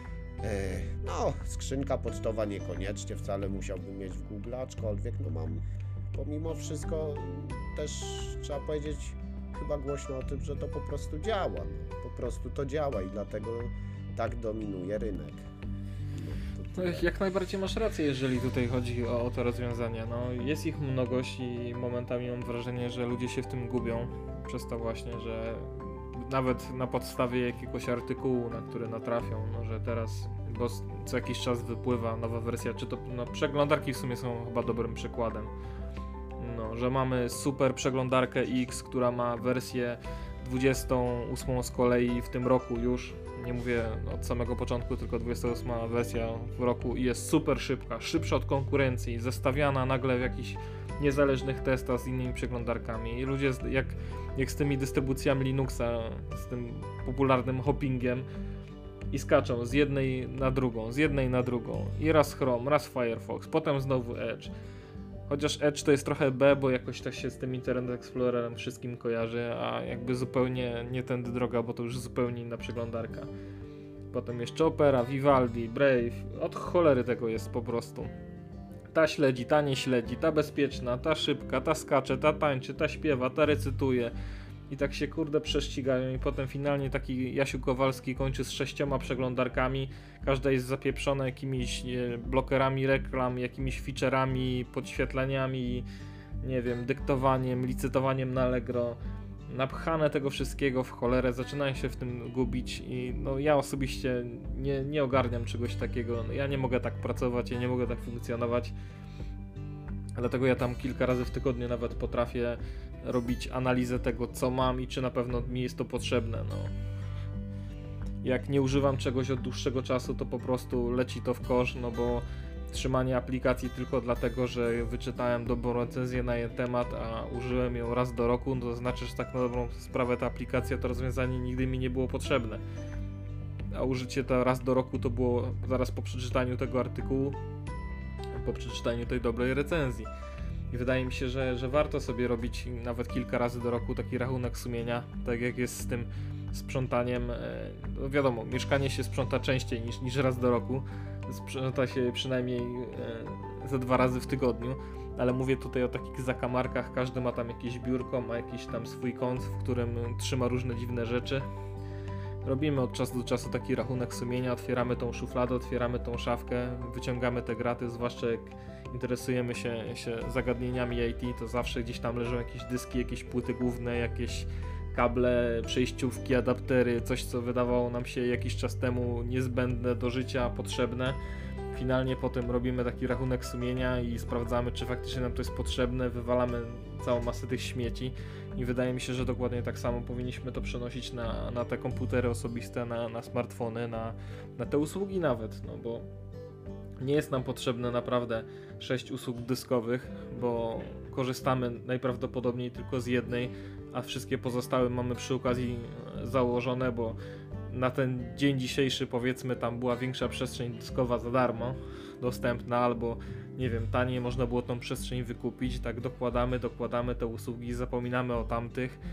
No, skrzynka pocztowa niekoniecznie, wcale musiałbym mieć w Google, aczkolwiek no mam, pomimo wszystko też trzeba powiedzieć chyba głośno o tym, że to po prostu działa. No, po prostu to działa i dlatego tak dominuje rynek. No, jak najbardziej masz rację, jeżeli tutaj chodzi o, o to rozwiązanie. No, jest ich mnogość i momentami mam wrażenie, że ludzie się w tym gubią przez to właśnie, że nawet na podstawie jakiegoś artykułu, na który natrafią, no, że teraz, bo co jakiś czas wypływa nowa wersja, czy to no, przeglądarki w sumie są chyba dobrym przykładem. No, że mamy super przeglądarkę X, która ma wersję dwudziestą ósmą z kolei w tym roku już. Nie mówię od samego początku, tylko dwudziesta ósma wersja w roku i jest super szybka, szybsza od konkurencji, zestawiana nagle w jakichś niezależnych testach z innymi przeglądarkami. I ludzie jak, jak z tymi dystrybucjami Linuxa, z tym popularnym hoppingiem i skaczą z jednej na drugą, z jednej na drugą i raz Chrome, raz Firefox, potem znowu Edge. Chociaż Edge to jest trochę B, bo jakoś tak się z tym Internet Explorerem wszystkim kojarzy, a jakby zupełnie nie tędy droga, bo to już zupełnie inna przeglądarka. Potem jeszcze Opera, Vivaldi, Brave, od cholery tego jest po prostu. Ta śledzi, ta nie śledzi, ta bezpieczna, ta szybka, ta skacze, ta tańczy, ta śpiewa, ta recytuje. I tak się kurde prześcigają i potem finalnie taki Jasiu Kowalski kończy z sześcioma przeglądarkami. Każda jest zapieprzona jakimiś nie, blokerami reklam, jakimiś featureami, podświetleniami, nie wiem, dyktowaniem, licytowaniem na Allegro. Napchane tego wszystkiego w cholerę, zaczynają się w tym gubić i no ja osobiście nie, nie ogarniam czegoś takiego. No, ja nie mogę tak pracować, ja nie mogę tak funkcjonować. Dlatego ja tam kilka razy w tygodniu nawet potrafię robić analizę tego, co mam i czy na pewno mi jest to potrzebne. No. Jak nie używam czegoś od dłuższego czasu, to po prostu leci to w kosz, no bo trzymanie aplikacji tylko dlatego, że wyczytałem dobrą recenzję na jej temat, a użyłem ją raz do roku, no to znaczy, że tak na dobrą sprawę ta aplikacja, to rozwiązanie nigdy mi nie było potrzebne. A użycie to raz do roku to było zaraz po przeczytaniu tego artykułu, po przeczytaniu tej dobrej recenzji. I wydaje mi się, że, że warto sobie robić nawet kilka razy do roku taki rachunek sumienia, tak jak jest z tym sprzątaniem. No wiadomo, mieszkanie się sprząta częściej niż, niż raz do roku, sprząta się przynajmniej ze dwa razy w tygodniu, ale mówię tutaj o takich zakamarkach, każdy ma tam jakieś biurko, ma jakiś tam swój kąt, w którym trzyma różne dziwne rzeczy. Robimy od czasu do czasu taki rachunek sumienia, otwieramy tą szufladę, otwieramy tą szafkę, wyciągamy te graty, zwłaszcza jak interesujemy się, się zagadnieniami I T, to zawsze gdzieś tam leżą jakieś dyski, jakieś płyty główne, jakieś kable, przejściówki, adaptery, coś co wydawało nam się jakiś czas temu niezbędne do życia, potrzebne. Finalnie potem robimy taki rachunek sumienia i sprawdzamy, czy faktycznie nam to jest potrzebne, wywalamy całą masę tych śmieci i wydaje mi się, że dokładnie tak samo powinniśmy to przenosić na, na te komputery osobiste, na, na smartfony, na, na te usługi nawet, no bo nie jest nam potrzebne naprawdę sześć usług dyskowych, bo korzystamy najprawdopodobniej tylko z jednej, a wszystkie pozostałe mamy przy okazji założone, bo na ten dzień dzisiejszy powiedzmy tam była większa przestrzeń dyskowa za darmo dostępna, albo nie wiem, taniej można było tą przestrzeń wykupić, tak dokładamy, dokładamy te usługi, zapominamy o tamtych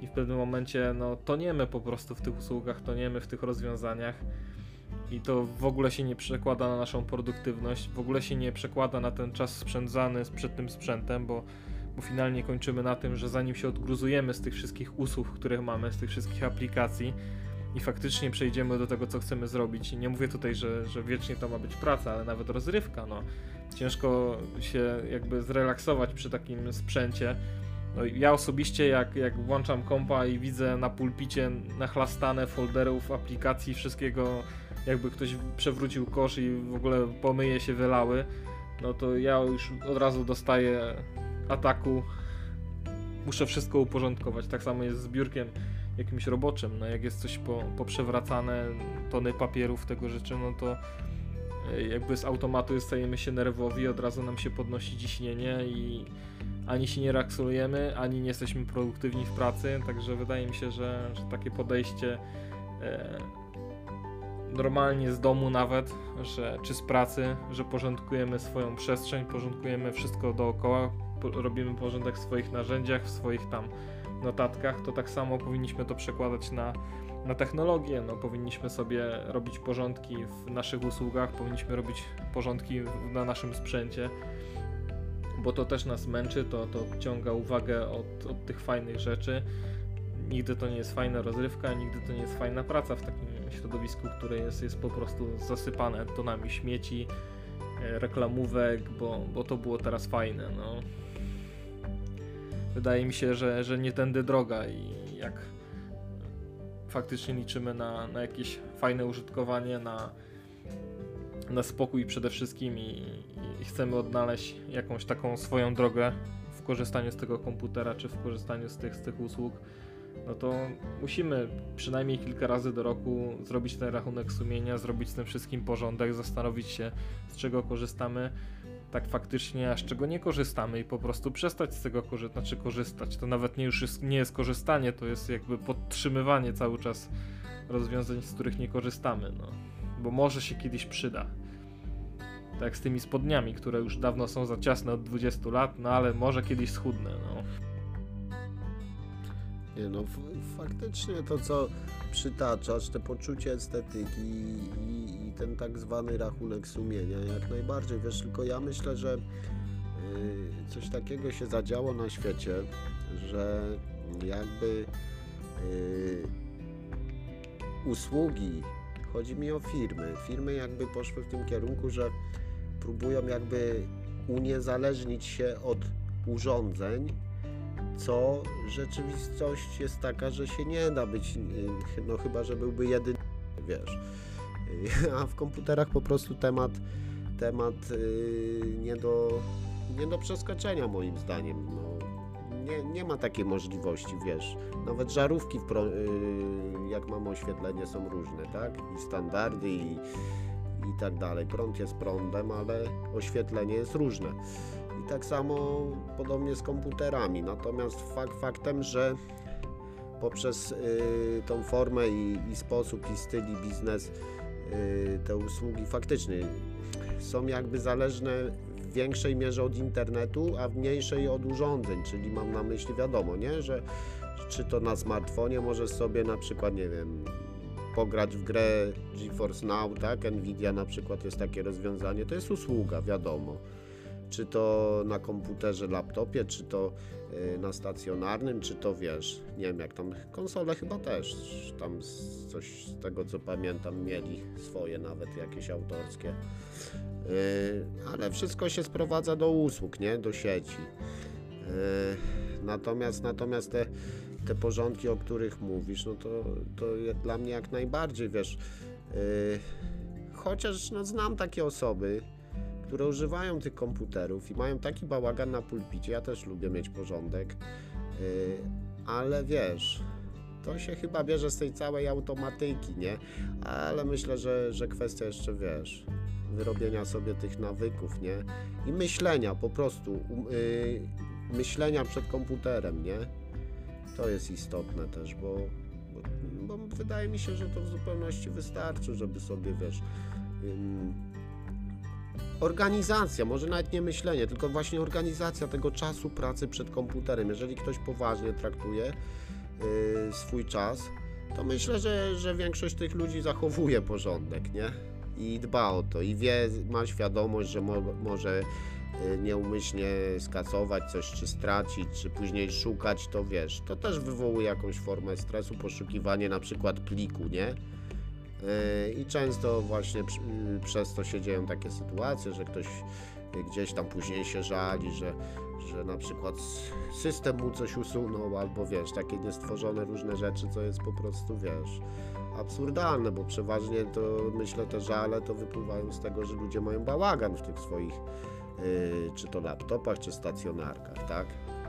i w pewnym momencie no, toniemy po prostu w tych usługach, toniemy w tych rozwiązaniach i to w ogóle się nie przekłada na naszą produktywność, w ogóle się nie przekłada na ten czas spędzany przed tym sprzętem, bo, bo finalnie kończymy na tym, że zanim się odgruzujemy z tych wszystkich usług, które mamy, z tych wszystkich aplikacji i faktycznie przejdziemy do tego, co chcemy zrobić. I nie mówię tutaj, że, że wiecznie to ma być praca, ale nawet rozrywka, no. Ciężko się jakby zrelaksować przy takim sprzęcie. No, ja osobiście jak, jak włączam kompa i widzę na pulpicie nachlastane folderów, aplikacji, wszystkiego, jakby ktoś przewrócił kosz i w ogóle pomyje się wylały, no to ja już od razu dostaję ataku. Muszę wszystko uporządkować. Tak samo jest z biurkiem jakimś roboczym. No jak jest coś po, poprzewracane, tony papierów, tego rzeczy, no to jakby z automatu stajemy się nerwowi, od razu nam się podnosi ciśnienie i ani się nie relaksujemy, ani nie jesteśmy produktywni w pracy, także wydaje mi się, że, że takie podejście e, normalnie z domu nawet, że, czy z pracy, że porządkujemy swoją przestrzeń, porządkujemy wszystko dookoła, po, robimy porządek w swoich narzędziach, w swoich tam notatkach, to tak samo powinniśmy to przekładać na, na technologię. No, powinniśmy sobie robić porządki w naszych usługach, powinniśmy robić porządki w, na naszym sprzęcie, bo to też nas męczy, to, to odciąga uwagę od, od tych fajnych rzeczy. Nigdy to nie jest fajna rozrywka, nigdy to nie jest fajna praca w takim środowisku, które jest, jest po prostu zasypane tonami śmieci, reklamówek, bo, bo to było teraz fajne. No. Wydaje mi się, że, że nie tędy droga i jak faktycznie liczymy na, na jakieś fajne użytkowanie, na, na spokój przede wszystkim i, i chcemy odnaleźć jakąś taką swoją drogę w korzystaniu z tego komputera, czy w korzystaniu z tych, z tych usług, no to musimy przynajmniej kilka razy do roku zrobić ten rachunek sumienia, zrobić z tym wszystkim porządek, zastanowić się, z czego korzystamy tak faktycznie, a z czego nie korzystamy i po prostu przestać z tego korzystać, znaczy korzystać. To nawet nie już jest, nie jest korzystanie, to jest jakby podtrzymywanie cały czas rozwiązań, z których nie korzystamy, no. Bo może się kiedyś przyda. Tak jak z tymi spodniami, które już dawno są za ciasne od dwudziestu lat, no ale może kiedyś schudnę, no. Nie no, f- faktycznie to, co przytaczasz, te poczucie estetyki i, i ten tak zwany rachunek sumienia, jak najbardziej, wiesz, tylko ja myślę, że y, coś takiego się zadziało na świecie, że jakby y, usługi, chodzi mi o firmy, firmy jakby poszły w tym kierunku, że próbują jakby uniezależnić się od urządzeń, co rzeczywistość jest taka, że się nie da być, no chyba, że byłby jedyny, wiesz, a w komputerach po prostu temat, temat yy, nie do, nie do przeskoczenia moim zdaniem, no, nie, nie ma takiej możliwości, wiesz, nawet żarówki, w pro, yy, jak mamy oświetlenie, są różne, tak, i standardy i, i tak dalej, prąd jest prądem, ale oświetlenie jest różne. I tak samo podobnie z komputerami, natomiast fakt faktem, że poprzez y, tą formę i, i sposób i styl i biznes y, te usługi faktycznie są jakby zależne w większej mierze od internetu, a w mniejszej od urządzeń, czyli mam na myśli wiadomo, nie, że czy to na smartfonie możesz sobie na przykład, nie wiem, pograć w grę GeForce Now, tak, Nvidia na przykład jest takie rozwiązanie, to jest usługa, wiadomo. Czy to na komputerze, laptopie, czy to y, na stacjonarnym, czy to wiesz, nie wiem jak tam, konsole chyba też, tam z, coś z tego co pamiętam mieli swoje nawet jakieś autorskie, y, ale wszystko się sprowadza do usług, nie, do sieci. Y, natomiast natomiast te, te porządki, o których mówisz, no to, to jest dla mnie jak najbardziej, wiesz, y, chociaż no, znam takie osoby, które używają tych komputerów i mają taki bałagan na pulpicie, ja też lubię mieć porządek, yy, ale wiesz, to się chyba bierze z tej całej automatyki, nie? Ale myślę, że, że kwestia jeszcze, wiesz, wyrobienia sobie tych nawyków, nie? I myślenia po prostu, yy, myślenia przed komputerem, nie? To jest istotne też, bo, bo, bo wydaje mi się, że to w zupełności wystarczy, żeby sobie, wiesz, yy, organizacja, może nawet nie myślenie, tylko właśnie organizacja tego czasu pracy przed komputerem. Jeżeli ktoś poważnie traktuje yy, swój czas, to myślę, że, że większość tych ludzi zachowuje porządek, nie? I dba o to i wie, ma świadomość, że mo, może yy, nieumyślnie skasować coś, czy stracić, czy później szukać, to wiesz, to też wywołuje jakąś formę stresu, poszukiwanie na przykład pliku, nie? I często właśnie przez to się dzieją takie sytuacje, że ktoś gdzieś tam później się żali, że, że na przykład system mu coś usunął, albo wiesz, takie niestworzone różne rzeczy, co jest po prostu, wiesz, absurdalne, bo przeważnie to myślę te żale to wypływają z tego, że ludzie mają bałagan w tych swoich yy, czy to laptopach, czy stacjonarkach, tak?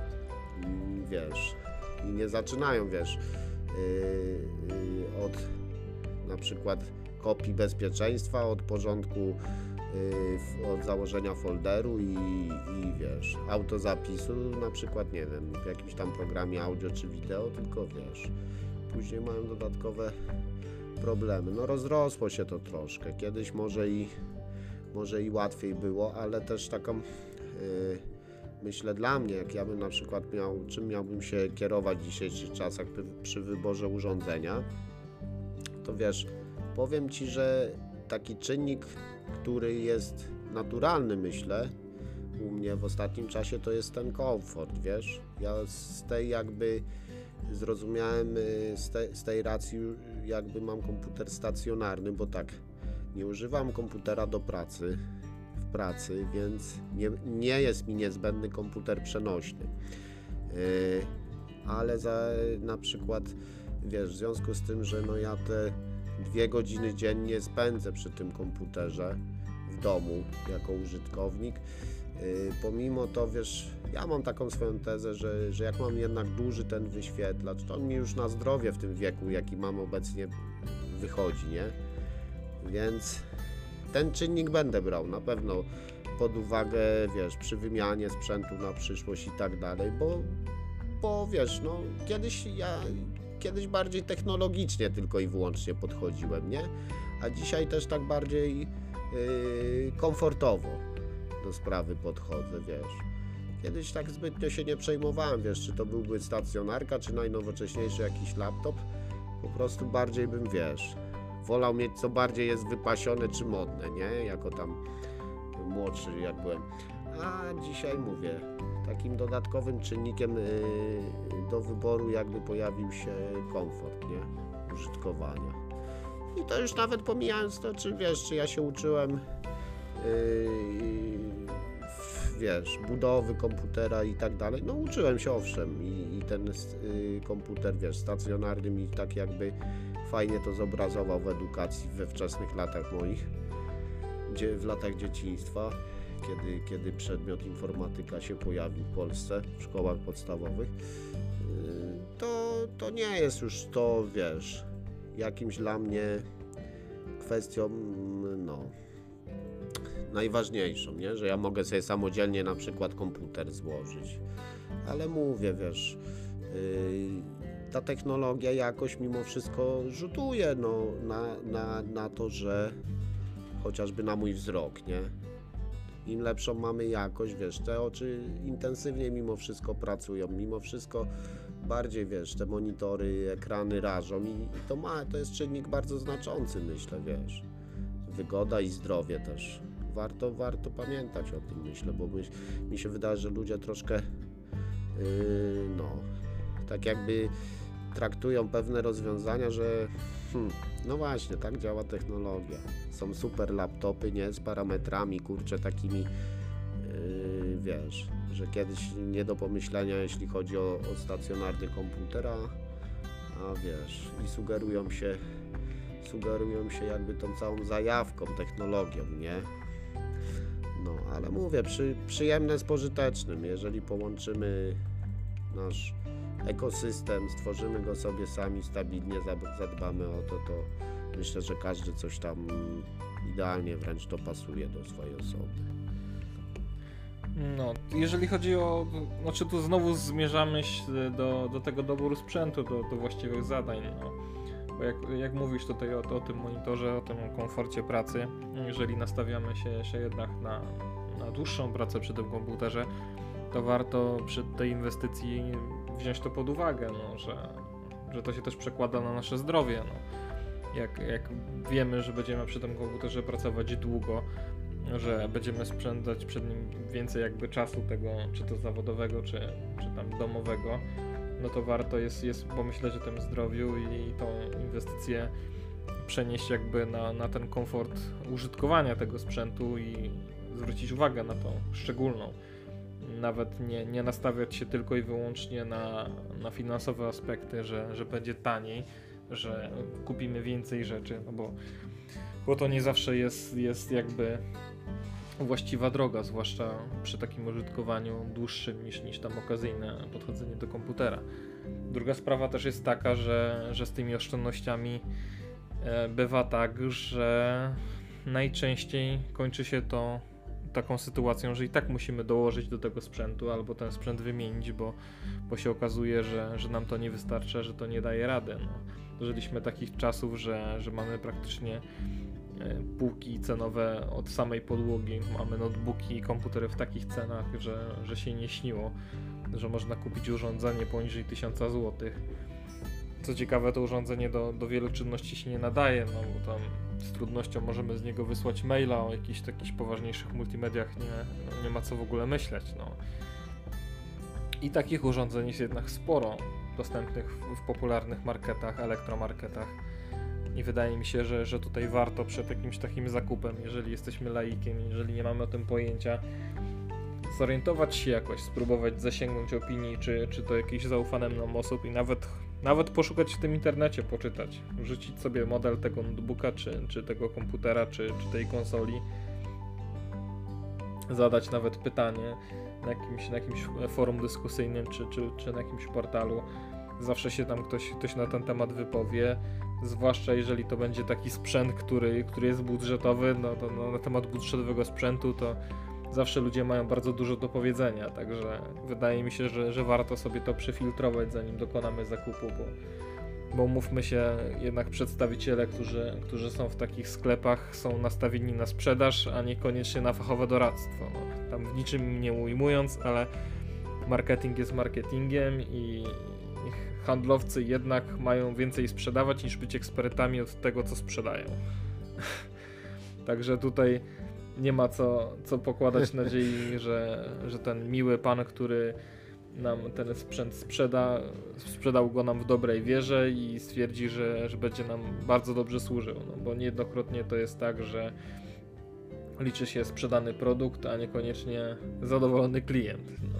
I wiesz, i nie zaczynają, wiesz, yy, yy, od na przykład kopii bezpieczeństwa, od porządku, yy, od założenia folderu i, i wiesz, autozapisu, na przykład, nie wiem, w jakimś tam programie audio czy wideo, tylko wiesz, później mają dodatkowe problemy. No rozrosło się to troszkę, kiedyś może i, może i łatwiej było, ale też taką, yy, myślę dla mnie, jak ja bym na przykład miał, czym miałbym się kierować w dzisiejszych czasach przy wyborze urządzenia, to wiesz, powiem Ci, że taki czynnik, który jest naturalny, myślę, u mnie w ostatnim czasie, to jest ten komfort, wiesz. Ja z tej jakby zrozumiałem, z, te, z tej racji jakby mam komputer stacjonarny, bo tak, nie używam komputera do pracy, w pracy, więc nie, nie jest mi niezbędny komputer przenośny. Yy, ale za na przykład wiesz, w związku z tym, że no ja te dwie godziny dziennie spędzę przy tym komputerze w domu jako użytkownik, yy, pomimo to, wiesz, ja mam taką swoją tezę, że, że jak mam jednak duży ten wyświetlacz, to on mi już na zdrowie w tym wieku, jaki mam obecnie, wychodzi, nie? Więc ten czynnik będę brał na pewno pod uwagę, wiesz, przy wymianie sprzętu na przyszłość i tak dalej, bo, bo wiesz, no kiedyś ja kiedyś bardziej technologicznie tylko i wyłącznie podchodziłem, nie? A dzisiaj też tak bardziej yy, komfortowo do sprawy podchodzę, wiesz. Kiedyś tak zbytnio się nie przejmowałem, wiesz, czy to byłby stacjonarka, czy najnowocześniejszy jakiś laptop. Po prostu bardziej bym, wiesz, wolał mieć co bardziej jest wypasione czy modne, nie? Jako tam młodszy jak byłem. A dzisiaj mówię, takim dodatkowym czynnikiem yy, do wyboru jakby pojawił się komfort, nie? Użytkowania. I to już nawet pomijając to, czy wiesz, czy ja się uczyłem yy, wiesz, budowy komputera i tak dalej. No uczyłem się owszem i, i ten yy, komputer, wiesz, stacjonarny mi tak jakby fajnie to zobrazował w edukacji we wczesnych latach moich, gdzie w latach dzieciństwa. Kiedy, kiedy przedmiot informatyka się pojawił w Polsce w szkołach podstawowych, to, to nie jest już to, wiesz, jakimś dla mnie kwestią, no, najważniejszą, nie? Że ja mogę sobie samodzielnie na przykład komputer złożyć, ale mówię, wiesz, yy, ta technologia jakoś mimo wszystko rzutuje, no, na, na, na to, że chociażby na mój wzrok, nie? Im lepszą mamy jakość, wiesz, te oczy intensywnie mimo wszystko pracują, mimo wszystko bardziej, wiesz, te monitory, ekrany rażą i, i to ma, to jest czynnik bardzo znaczący, myślę, wiesz. Wygoda i zdrowie też. Warto, warto pamiętać o tym, myślę, bo my, mi się wydaje, że ludzie troszkę, yy, no, tak jakby traktują pewne rozwiązania, że hmm, no właśnie, tak działa technologia. Są super laptopy, nie, z parametrami, kurczę, takimi, yy, wiesz, że kiedyś nie do pomyślenia, jeśli chodzi o, o stacjonarny komputer, a, a wiesz, i sugerują się, sugerują się jakby tą całą zajawką, technologią, nie? No, ale mówię, przy, przyjemne z pożytecznym, jeżeli połączymy nasz ekosystem, stworzymy go sobie sami, stabilnie zadbamy o to, to myślę, że każdy coś tam idealnie wręcz dopasuje do swojej osoby. No, jeżeli chodzi o, znaczy tu znowu zmierzamy do, do tego doboru sprzętu, do, do właściwych zadań, no. Bo jak, jak mówisz tutaj o, o tym monitorze, o tym komforcie pracy, jeżeli nastawiamy się, się jednak na, na dłuższą pracę przy tym komputerze, to warto przy tej inwestycji wziąć to pod uwagę, no, że że to się też przekłada na nasze zdrowie. No. Jak, jak wiemy, że będziemy przy tym komputerze pracować długo, że będziemy spędzać przed nim więcej jakby czasu tego, czy to zawodowego, czy, czy tam domowego, no to warto jest, jest pomyśleć o tym zdrowiu i tą inwestycję przenieść jakby na, na ten komfort użytkowania tego sprzętu i zwrócić uwagę na tą szczególną. Nawet nie, nie nastawiać się tylko i wyłącznie na, na finansowe aspekty, że, że będzie taniej, że kupimy więcej rzeczy, no bo, bo to nie zawsze jest, jest jakby właściwa droga, zwłaszcza przy takim użytkowaniu dłuższym niż, niż tam okazyjne podchodzenie do komputera. Druga sprawa też jest taka, że, że z tymi oszczędnościami e, bywa tak, że najczęściej kończy się to taką sytuacją, że i tak musimy dołożyć do tego sprzętu albo ten sprzęt wymienić, bo, bo się okazuje, że, że nam to nie wystarcza, że to nie daje rady. No. Dożyliśmy takich czasów, że, że mamy praktycznie półki cenowe od samej podłogi. Mamy notebooki i komputery w takich cenach, że, że się nie śniło, że można kupić urządzenie poniżej tysiąc złotych. Co ciekawe, to urządzenie do, do wielu czynności się nie nadaje, no bo tam z trudnością możemy z niego wysłać maila, o jakichś takich poważniejszych multimediach nie, nie ma co w ogóle myśleć. No. I takich urządzeń jest jednak sporo dostępnych w, w popularnych marketach, elektromarketach. I wydaje mi się, że, że tutaj warto przed jakimś takim zakupem, jeżeli jesteśmy laikiem, jeżeli nie mamy o tym pojęcia, zorientować się jakoś, spróbować zasięgnąć opinii, czy, czy to jakichś zaufanym nam osób i nawet, nawet poszukać w tym internecie, poczytać, wrzucić sobie model tego notebooka, czy, czy tego komputera, czy, czy tej konsoli, zadać nawet pytanie na jakimś, na jakimś forum dyskusyjnym, czy, czy, czy na jakimś portalu. Zawsze się tam ktoś, ktoś na ten temat wypowie, zwłaszcza jeżeli to będzie taki sprzęt, który, który jest budżetowy, no to no, na temat budżetowego sprzętu to zawsze ludzie mają bardzo dużo do powiedzenia, także wydaje mi się, że, że warto sobie to przefiltrować, zanim dokonamy zakupu, bo, bo mówmy się, jednak przedstawiciele, którzy, którzy są w takich sklepach, są nastawieni na sprzedaż, a niekoniecznie na fachowe doradztwo. No, tam w niczym nie ujmując, ale marketing jest marketingiem i handlowcy jednak mają więcej sprzedawać niż być ekspertami od tego, co sprzedają. Także tutaj nie ma co, co pokładać nadziei, że, że ten miły pan, który nam ten sprzęt sprzeda, sprzedał go nam w dobrej wierze i stwierdzi, że, że będzie nam bardzo dobrze służył. No, bo niejednokrotnie to jest tak, że liczy się sprzedany produkt, a niekoniecznie zadowolony klient. No.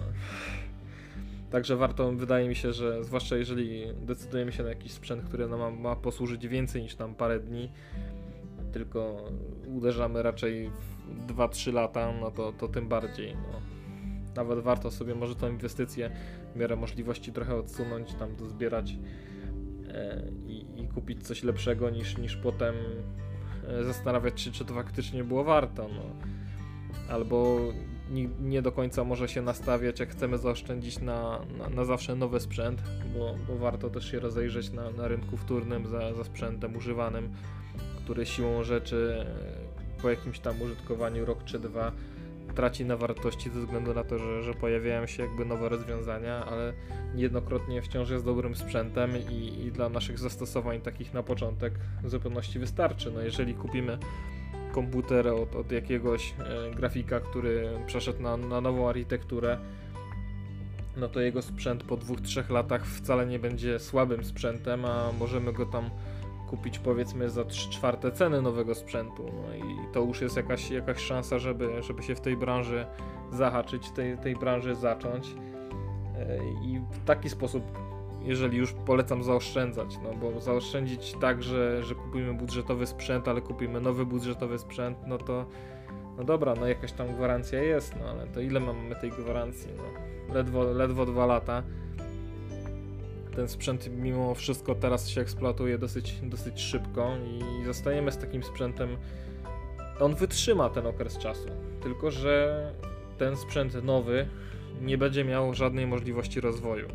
Także warto, wydaje mi się, że zwłaszcza jeżeli decydujemy się na jakiś sprzęt, który nam ma, ma posłużyć więcej niż tam parę dni, tylko uderzamy raczej w dwa trzy lata, no to, to tym bardziej. No. Nawet warto sobie może tę inwestycję w miarę możliwości trochę odsunąć, tam dozbierać e, i, i kupić coś lepszego niż, niż potem e, zastanawiać się, czy to faktycznie było warto. No. Albo nie, nie do końca może się nastawiać, jak chcemy zaoszczędzić na, na, na zawsze nowy sprzęt, bo, bo warto też się rozejrzeć na, na rynku wtórnym za, za sprzętem używanym, który siłą rzeczy po jakimś tam użytkowaniu rok czy dwa traci na wartości ze względu na to, że, że pojawiają się jakby nowe rozwiązania, ale niejednokrotnie wciąż jest dobrym sprzętem i, i dla naszych zastosowań takich na początek w zupełności wystarczy. No jeżeli kupimy komputer od, od jakiegoś e, grafika, który przeszedł na, na nową architekturę, no to jego sprzęt po dwóch, trzech latach wcale nie będzie słabym sprzętem, a możemy go tam kupić powiedzmy za trzy czwarte ceny nowego sprzętu. No i to już jest jakaś, jakaś szansa, żeby, żeby się w tej branży zahaczyć, tej, tej branży zacząć. E, I w taki sposób, jeżeli już polecam zaoszczędzać, no bo zaoszczędzić tak, że, że kupimy budżetowy sprzęt, ale kupimy nowy budżetowy sprzęt, no to no dobra, no jakaś tam gwarancja jest, no ale to ile mamy tej gwarancji? No, ledwo, ledwo dwa lata. Ten sprzęt mimo wszystko teraz się eksploatuje dosyć, dosyć szybko i zostajemy z takim sprzętem. On wytrzyma ten okres czasu, tylko że ten sprzęt nowy nie będzie miał żadnej możliwości rozwoju.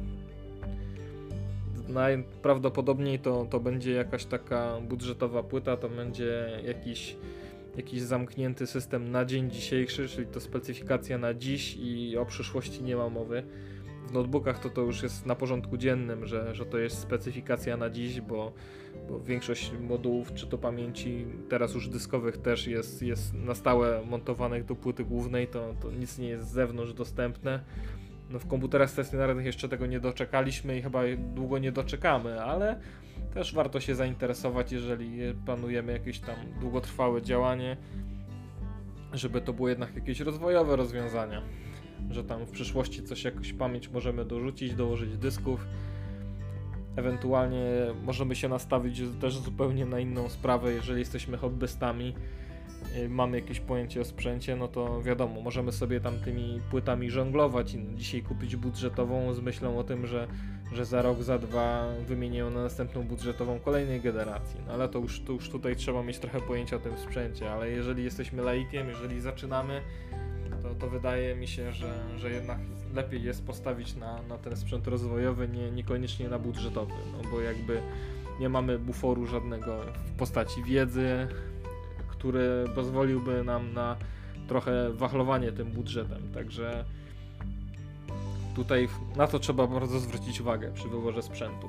Najprawdopodobniej to, to będzie jakaś taka budżetowa płyta, to będzie jakiś, jakiś zamknięty system na dzień dzisiejszy, czyli to specyfikacja na dziś i o przyszłości nie ma mowy. w notebookach to to już jest na porządku dziennym, że, że to jest specyfikacja na dziś, bo, bo większość modułów, czy to pamięci teraz już dyskowych też jest, jest na stałe montowanych do płyty głównej, to, to nic nie jest z zewnątrz dostępne. No w komputerach stacjonarnych jeszcze tego nie doczekaliśmy i chyba długo nie doczekamy, ale też warto się zainteresować, jeżeli planujemy jakieś tam długotrwałe działanie, żeby to było jednak jakieś rozwojowe rozwiązania, że tam w przyszłości coś, jakąś pamięć możemy dorzucić, dołożyć dysków. Ewentualnie możemy się nastawić też zupełnie na inną sprawę, jeżeli jesteśmy hobbystami, mamy jakieś pojęcie o sprzęcie, no to wiadomo, możemy sobie tam tymi płytami żonglować i dzisiaj kupić budżetową z myślą o tym, że, że za rok, za dwa wymienię na następną budżetową kolejnej generacji. No ale to już, to już tutaj trzeba mieć trochę pojęcia o tym sprzęcie, ale jeżeli jesteśmy laikiem, jeżeli zaczynamy, to, to wydaje mi się, że, że jednak lepiej jest postawić na, na ten sprzęt rozwojowy, nie, niekoniecznie na budżetowy, no bo jakby nie mamy buforu żadnego w postaci wiedzy, który pozwoliłby nam na trochę wachlowanie tym budżetem, także tutaj na to trzeba bardzo zwrócić uwagę przy wyborze sprzętu.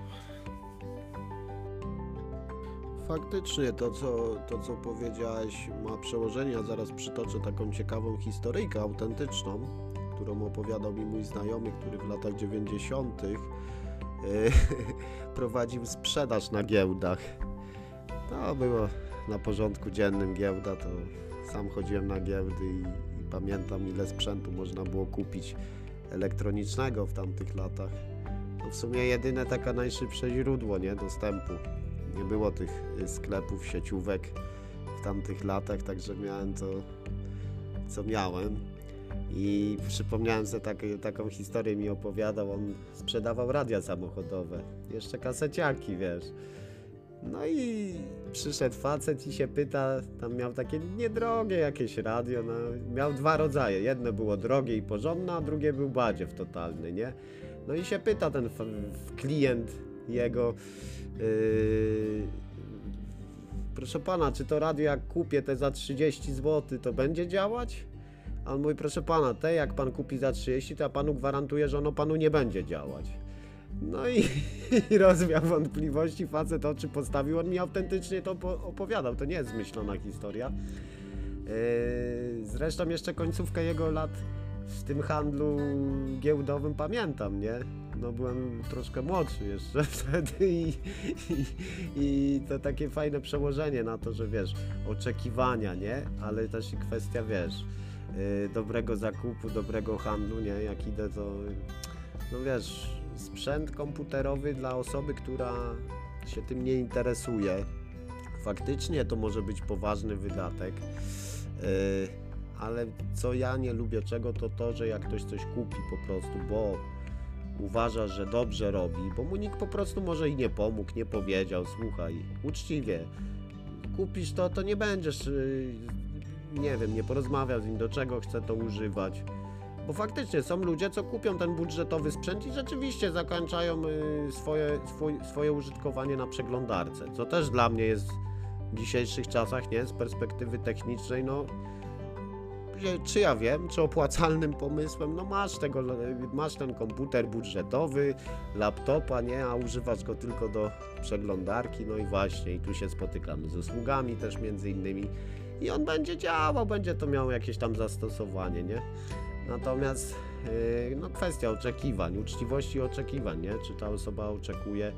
Faktycznie to co, to, co powiedziałeś, ma przełożenie. Ja zaraz przytoczę taką ciekawą historyjkę autentyczną, którą opowiadał mi mój znajomy, który w latach dziewięćdziesiątych yy, prowadził sprzedaż na giełdach. To było na porządku dziennym giełda, to sam chodziłem na giełdy i, i pamiętam, ile sprzętu można było kupić elektronicznego w tamtych latach. No w sumie jedyne takie najszybsze źródło, nie, dostępu. Nie było tych sklepów, sieciówek w tamtych latach, także miałem to, co miałem. I przypomniałem sobie tak, taką historię, mi opowiadał, on sprzedawał radia samochodowe, jeszcze kaseciaki, wiesz. No i przyszedł facet i się pyta, tam miał takie niedrogie jakieś radio, no, miał dwa rodzaje, jedno było drogie i porządne, a drugie był badziew totalny, nie? No i się pyta ten klient jego, yy, proszę pana, czy to radio jak kupię te za trzydzieści złotych, to będzie działać? A on mówi, proszę pana, te jak pan kupi za trzydzieści, to ja panu gwarantuję, że ono panu nie będzie działać. No i, i rozwiał wątpliwości, facet oczy postawił, on mi autentycznie to opowiadał, to nie jest zmyślona historia. Yy, zresztą jeszcze końcówkę jego lat w tym handlu giełdowym pamiętam, nie? No byłem troszkę młodszy jeszcze wtedy i, i, i to takie fajne przełożenie na to, że wiesz, oczekiwania, nie? Ale też i kwestia, wiesz, yy, dobrego zakupu, dobrego handlu, nie? Jak idę to, no wiesz, sprzęt komputerowy dla osoby, która się tym nie interesuje, faktycznie to może być poważny wydatek, yy, ale co ja nie lubię czego, to to, że jak ktoś coś kupi po prostu, bo uważa, że dobrze robi, bo mu nikt po prostu może i nie pomógł, nie powiedział, słuchaj, uczciwie, kupisz to, to nie będziesz, yy, nie wiem, nie porozmawiał z nim, do czego chce to używać. Bo faktycznie są ludzie, co kupią ten budżetowy sprzęt i rzeczywiście zakończają y, swoje, swój, swoje użytkowanie na przeglądarce, co też dla mnie jest w dzisiejszych czasach, nie, z perspektywy technicznej, no czy ja wiem, czy opłacalnym pomysłem, no masz tego, masz ten komputer budżetowy, laptopa, nie, a używasz go tylko do przeglądarki, no i właśnie, i tu się spotykamy z usługami też między innymi i on będzie działał, będzie to miało jakieś tam zastosowanie, nie. Natomiast yy, no kwestia oczekiwań, uczciwości oczekiwań, nie? Czy ta osoba oczekuje,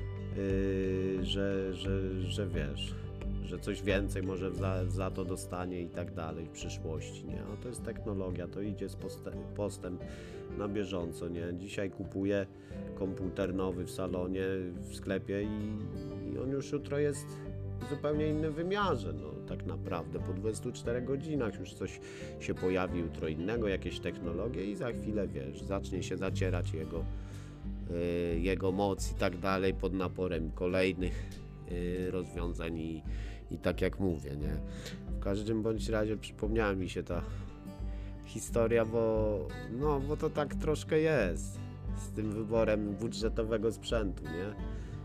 yy, że, że, że wiesz, że coś więcej może za, za to dostanie i tak dalej w przyszłości, nie? A to jest technologia, to idzie z postęp, postęp na bieżąco, nie? Dzisiaj kupuję komputer nowy w salonie, w sklepie i, i on już jutro jest w zupełnie innym wymiarze, no tak naprawdę po dwudziestu czterech godzinach już coś się pojawi jutro innego, jakieś technologie i za chwilę, wiesz, zacznie się zacierać jego, yy, jego moc i tak dalej pod naporem kolejnych yy, rozwiązań i, i tak jak mówię, nie. W każdym bądź razie przypomniała mi się ta historia, bo no, bo to tak troszkę jest z tym wyborem budżetowego sprzętu, nie.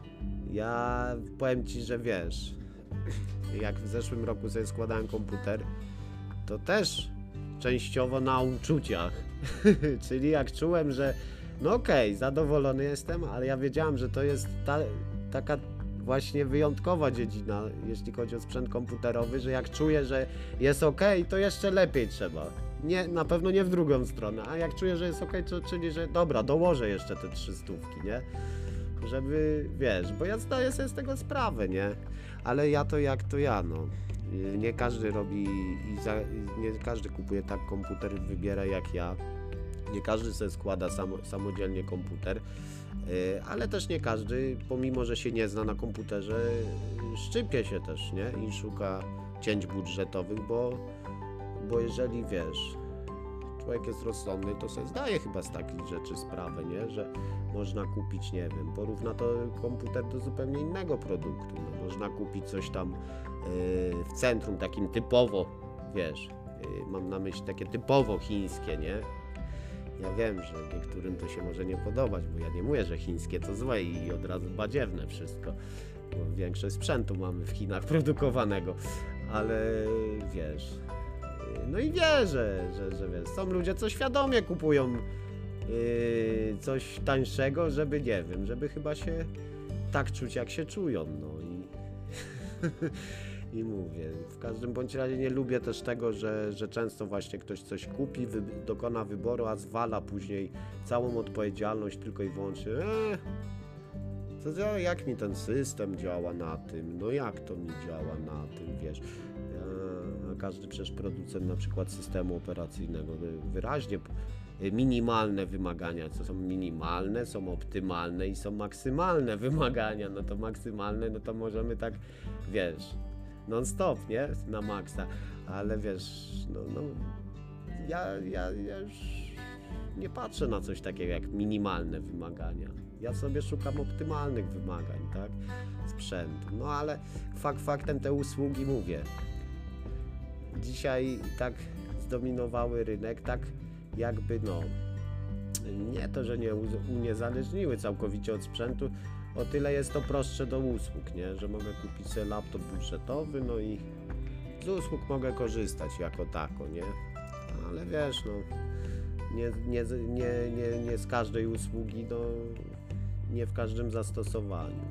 Ja powiem ci, że wiesz, jak w zeszłym roku sobie składałem komputer, to też częściowo na uczuciach, czyli jak czułem, że No okej, okay, zadowolony jestem, ale ja wiedziałem, że to jest ta, taka właśnie wyjątkowa dziedzina, jeśli chodzi o sprzęt komputerowy, że jak czuję, że jest okej, okay, to jeszcze lepiej trzeba. Nie, na pewno nie w drugą stronę, a jak czuję, że jest okej, okay, to czyli, że dobra, dołożę jeszcze te trzy stówki, nie? Żeby, wiesz, bo ja zdaję sobie z tego sprawę, nie? Ale ja to jak to ja, no. Nie każdy robi i za, nie każdy kupuje tak komputer, wybiera jak ja. Nie każdy sobie składa sam, samodzielnie komputer, yy, ale też nie każdy, pomimo że się nie zna na komputerze, szczypie się też, nie? I szuka cięć budżetowych, bo, bo jeżeli wiesz, człowiek jest rozsądny, to sobie zdaje chyba z takich rzeczy sprawę, nie? Że można kupić, nie wiem, porówna to komputer do zupełnie innego produktu. No, można kupić coś tam yy, w centrum, takim typowo, wiesz, yy, mam na myśli takie typowo chińskie, nie? Ja wiem, że niektórym to się może nie podobać, bo ja nie mówię, że chińskie to złe i od razu badziewne wszystko, bo większość sprzętu mamy w Chinach produkowanego, ale wiesz, no i wierzę, że, że wiesz, są ludzie, co świadomie kupują yy, coś tańszego, żeby, nie wiem, żeby chyba się tak czuć, jak się czują, no i... I mówię, w każdym bądź razie nie lubię też tego, że, że często właśnie ktoś coś kupi, wy, dokona wyboru, a zwala później całą odpowiedzialność tylko i wyłącznie eee, to, to jak mi ten system działa na tym, no jak to mi działa na tym, wiesz. A każdy przecież producent na przykład systemu operacyjnego wyraźnie minimalne wymagania, co są minimalne, są optymalne i są maksymalne wymagania, no to maksymalne, no to możemy tak, wiesz, non stop, nie? Na maksa, ale wiesz, no, no ja, ja, ja już nie patrzę na coś takiego jak minimalne wymagania. Ja sobie szukam optymalnych wymagań, tak? Sprzętu. No ale fakt faktem te usługi, mówię, dzisiaj tak zdominowały rynek, tak jakby no, nie to, że nie uniezależniły całkowicie od sprzętu, o tyle jest to prostsze do usług, nie? Że mogę kupić sobie laptop budżetowy, no i z usług mogę korzystać jako tako, nie? Ale wiesz, no, nie, nie, nie, nie, nie z każdej usługi, no, nie w każdym zastosowaniu.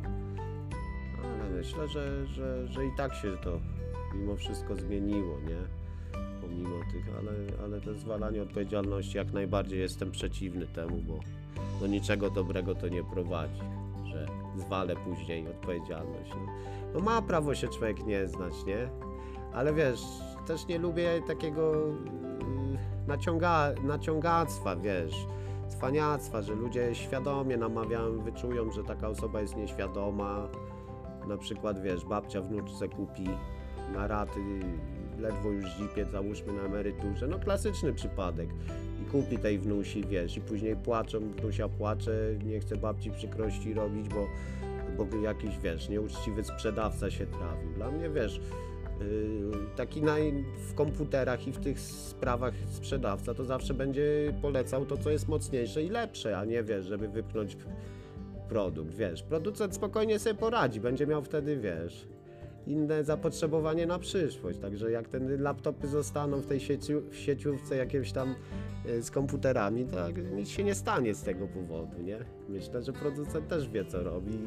Ale myślę, że, że, że i tak się to mimo wszystko zmieniło, nie? Pomimo tych, ale, ale to zwalanie odpowiedzialności jak najbardziej jestem przeciwny temu, bo do niczego dobrego to nie prowadzi, że zwalę później odpowiedzialność. No, no ma prawo się człowiek nie znać, nie? Ale wiesz, też nie lubię takiego yy, naciąga, naciągactwa, wiesz, cwaniactwa, że ludzie świadomie namawiają, wyczują, że taka osoba jest nieświadoma. Na przykład, wiesz, babcia wnuczce kupi na raty, ledwo już zipie, załóżmy na emeryturze, no klasyczny przypadek. I kupi tej wnusi, wiesz, i później płaczą, wnusia płacze, nie chce babci przykrości robić, bo, bo jakiś, wiesz, nieuczciwy sprzedawca się trafił. Dla mnie, wiesz, yy, taki naj, w komputerach i w tych sprawach sprzedawca to zawsze będzie polecał to, co jest mocniejsze i lepsze, a nie, wiesz, żeby wypchnąć produkt, wiesz. Producent spokojnie sobie poradzi, będzie miał wtedy, wiesz, inne zapotrzebowanie na przyszłość, także jak te laptopy zostaną w tej sieciu, w sieciówce jakimś tam y, z komputerami, to tak, nic się nie stanie z tego powodu, nie? Myślę, że producent też wie, co robi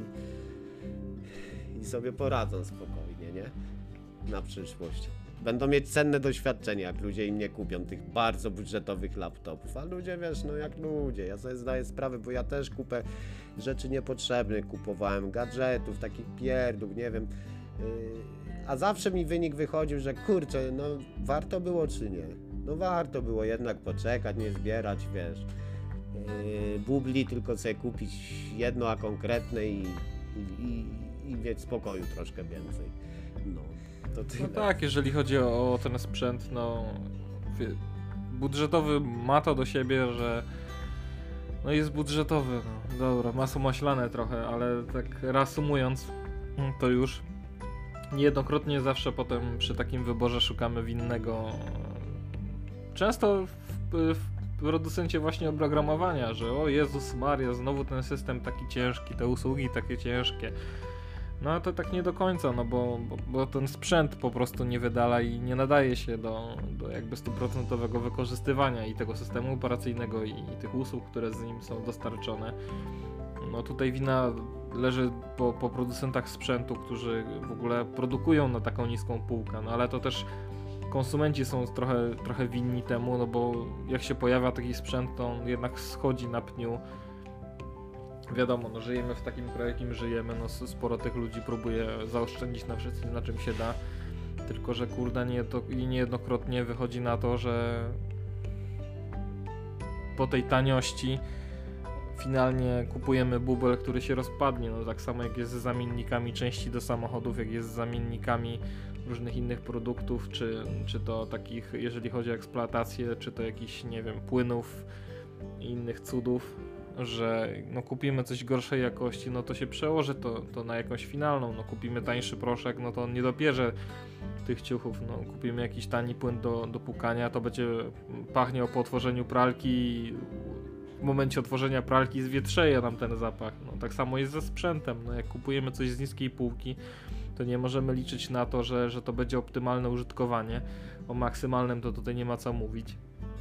i, i sobie poradzą spokojnie, nie? Na przyszłość. Będą mieć cenne doświadczenia, jak ludzie im nie kupią tych bardzo budżetowych laptopów, a ludzie, wiesz, no jak ludzie, ja sobie zdaję sprawę, bo ja też kupę rzeczy niepotrzebnych, kupowałem gadżetów, takich pierdół, nie wiem. A zawsze mi wynik wychodził, że kurczę, no warto było czy nie? No warto było jednak poczekać, nie zbierać, wiesz, yy, bubli, tylko sobie kupić jedno, a konkretne i, i, i, i mieć spokoju troszkę więcej. No, to tyle. No tak, jeżeli chodzi o, o ten sprzęt, no wie, budżetowy ma to do siebie, że no jest budżetowy, no dobra, masło maślane trochę, ale tak reasumując, to już niejednokrotnie zawsze potem przy takim wyborze szukamy winnego. Często w, w producencie właśnie oprogramowania, że o Jezus Maria, znowu ten system taki ciężki, te usługi takie ciężkie. No to tak nie do końca, no bo, bo, bo ten sprzęt po prostu nie wydala i nie nadaje się do, do jakby stuprocentowego wykorzystywania i tego systemu operacyjnego i, i tych usług, które z nim są dostarczone. No tutaj wina leży po, po producentach sprzętu, którzy w ogóle produkują na taką niską półkę, no ale to też konsumenci są trochę, trochę winni temu, no bo jak się pojawia taki sprzęt, to on jednak schodzi na pniu. Wiadomo, no żyjemy w takim kraju, jakim żyjemy, no sporo tych ludzi próbuje zaoszczędzić na wszystkim, na czym się da, tylko że kurde nie, to, i niejednokrotnie wychodzi na to, że po tej taniości finalnie kupujemy bubel, który się rozpadnie, no tak samo jak jest z zamiennikami części do samochodów, jak jest z zamiennikami różnych innych produktów, czy, czy to takich, jeżeli chodzi o eksploatację, czy to jakichś, nie wiem, płynów i innych cudów, że no kupimy coś gorszej jakości, no to się przełoży to, to na jakąś finalną, no kupimy tańszy proszek, no to on nie dopierze tych ciuchów, no kupimy jakiś tani płyn do, do pukania, to będzie pachniał po otworzeniu pralki i w momencie otworzenia pralki zwietrzeje nam ten zapach, no tak samo jest ze sprzętem, no jak kupujemy coś z niskiej półki, to nie możemy liczyć na to, że, że to będzie optymalne użytkowanie, o maksymalnym to tutaj nie ma co mówić.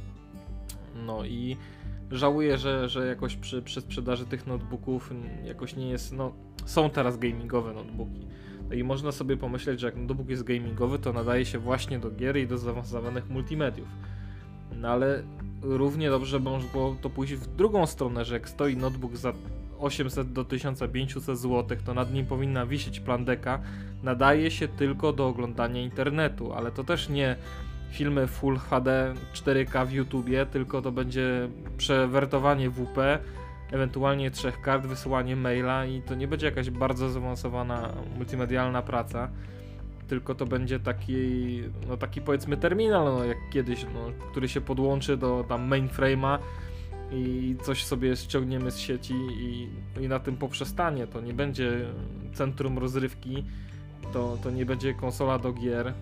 No i żałuję, że, że jakoś przy, przy sprzedaży tych notebooków jakoś nie jest, no są teraz gamingowe notebooki. No i można sobie pomyśleć, że jak notebook jest gamingowy, to nadaje się właśnie do gier i do zaawansowanych multimediów. No ale równie dobrze można było to pójść w drugą stronę, że jak stoi notebook za osiemset do tysiąc pięćset złotych, to nad nim powinna wisieć plandeka, nadaje się tylko do oglądania internetu, ale to też nie filmy Full H D cztery K w YouTubie, tylko to będzie przewertowanie W P, ewentualnie trzech kart, wysyłanie maila i to nie będzie jakaś bardzo zaawansowana multimedialna praca, tylko to będzie taki, no taki powiedzmy terminal, no jak kiedyś, no, który się podłączy do tam mainframe'a i coś sobie ściągniemy z sieci i, i na tym poprzestanie. To nie będzie centrum rozrywki, to, to nie będzie konsola do gier.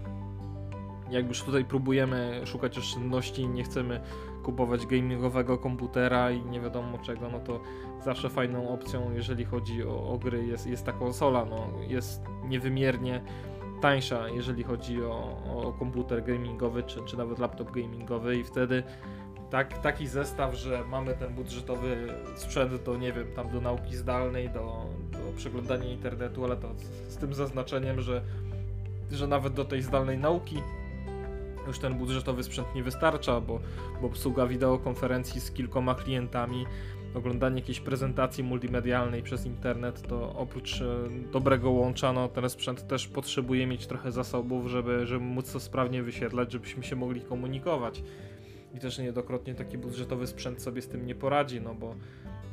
Jak już tutaj próbujemy szukać oszczędności i nie chcemy kupować gamingowego komputera i nie wiadomo czego, no to zawsze fajną opcją, jeżeli chodzi o, o gry, jest, jest ta konsola. No, jest niewymiernie tańsza, jeżeli chodzi o, o komputer gamingowy, czy, czy nawet laptop gamingowy i wtedy tak, taki zestaw, że mamy ten budżetowy sprzęt do, nie wiem, tam do nauki zdalnej, do, do przeglądania internetu, ale to z, z tym zaznaczeniem, że, że nawet do tej zdalnej nauki już ten budżetowy sprzęt nie wystarcza, bo, bo obsługa wideokonferencji z kilkoma klientami, oglądanie jakiejś prezentacji multimedialnej przez internet, to oprócz e, dobrego łącza, no ten sprzęt też potrzebuje mieć trochę zasobów, żeby, żeby móc to sprawnie wyświetlać, żebyśmy się mogli komunikować. I też niejednokrotnie taki budżetowy sprzęt sobie z tym nie poradzi, no bo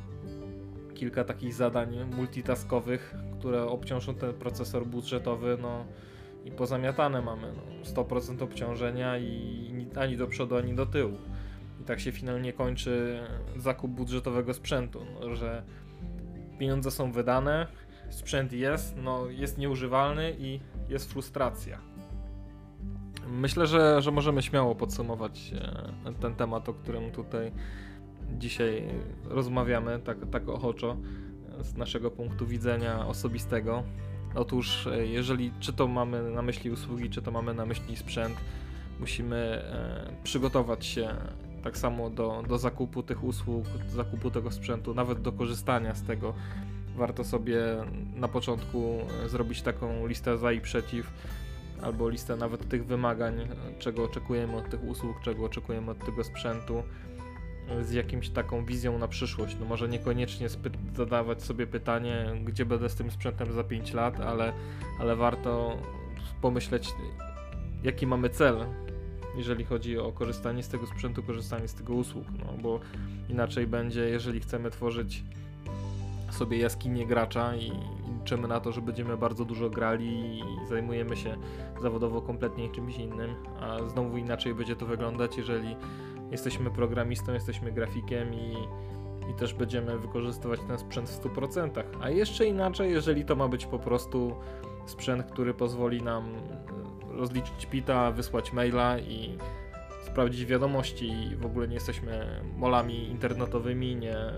kilka takich zadań multitaskowych, które obciążą ten procesor budżetowy, no i pozamiatane mamy, no, sto procent obciążenia i ani do przodu, ani do tyłu. I tak się finalnie kończy zakup budżetowego sprzętu, no, że pieniądze są wydane, sprzęt jest, no jest nieużywalny i jest frustracja. Myślę, że, że możemy śmiało podsumować ten temat, o którym tutaj dzisiaj rozmawiamy, tak, tak ochoczo, z naszego punktu widzenia osobistego. Otóż jeżeli czy to mamy na myśli usługi, czy to mamy na myśli sprzęt, musimy e, przygotować się tak samo do, do zakupu tych usług, zakupu tego sprzętu, nawet do korzystania z tego. Warto sobie na początku zrobić taką listę za i przeciw, albo listę nawet tych wymagań, czego oczekujemy od tych usług, czego oczekujemy od tego sprzętu, z jakimś taką wizją na przyszłość. No może niekoniecznie spy- zadawać sobie pytanie, gdzie będę z tym sprzętem za pięć lat, ale, ale warto pomyśleć, jaki mamy cel, jeżeli chodzi o korzystanie z tego sprzętu, korzystanie z tego usług, no bo inaczej będzie, jeżeli chcemy tworzyć sobie jaskinię gracza i liczymy na to, że będziemy bardzo dużo grali i zajmujemy się zawodowo kompletnie czymś innym, a znowu inaczej będzie to wyglądać, jeżeli jesteśmy programistą, jesteśmy grafikiem i, i też będziemy wykorzystywać ten sprzęt w stu procentach. A jeszcze inaczej, jeżeli to ma być po prostu sprzęt, który pozwoli nam rozliczyć pita, wysłać maila i sprawdzić wiadomości i w ogóle nie jesteśmy molami internetowymi, nie,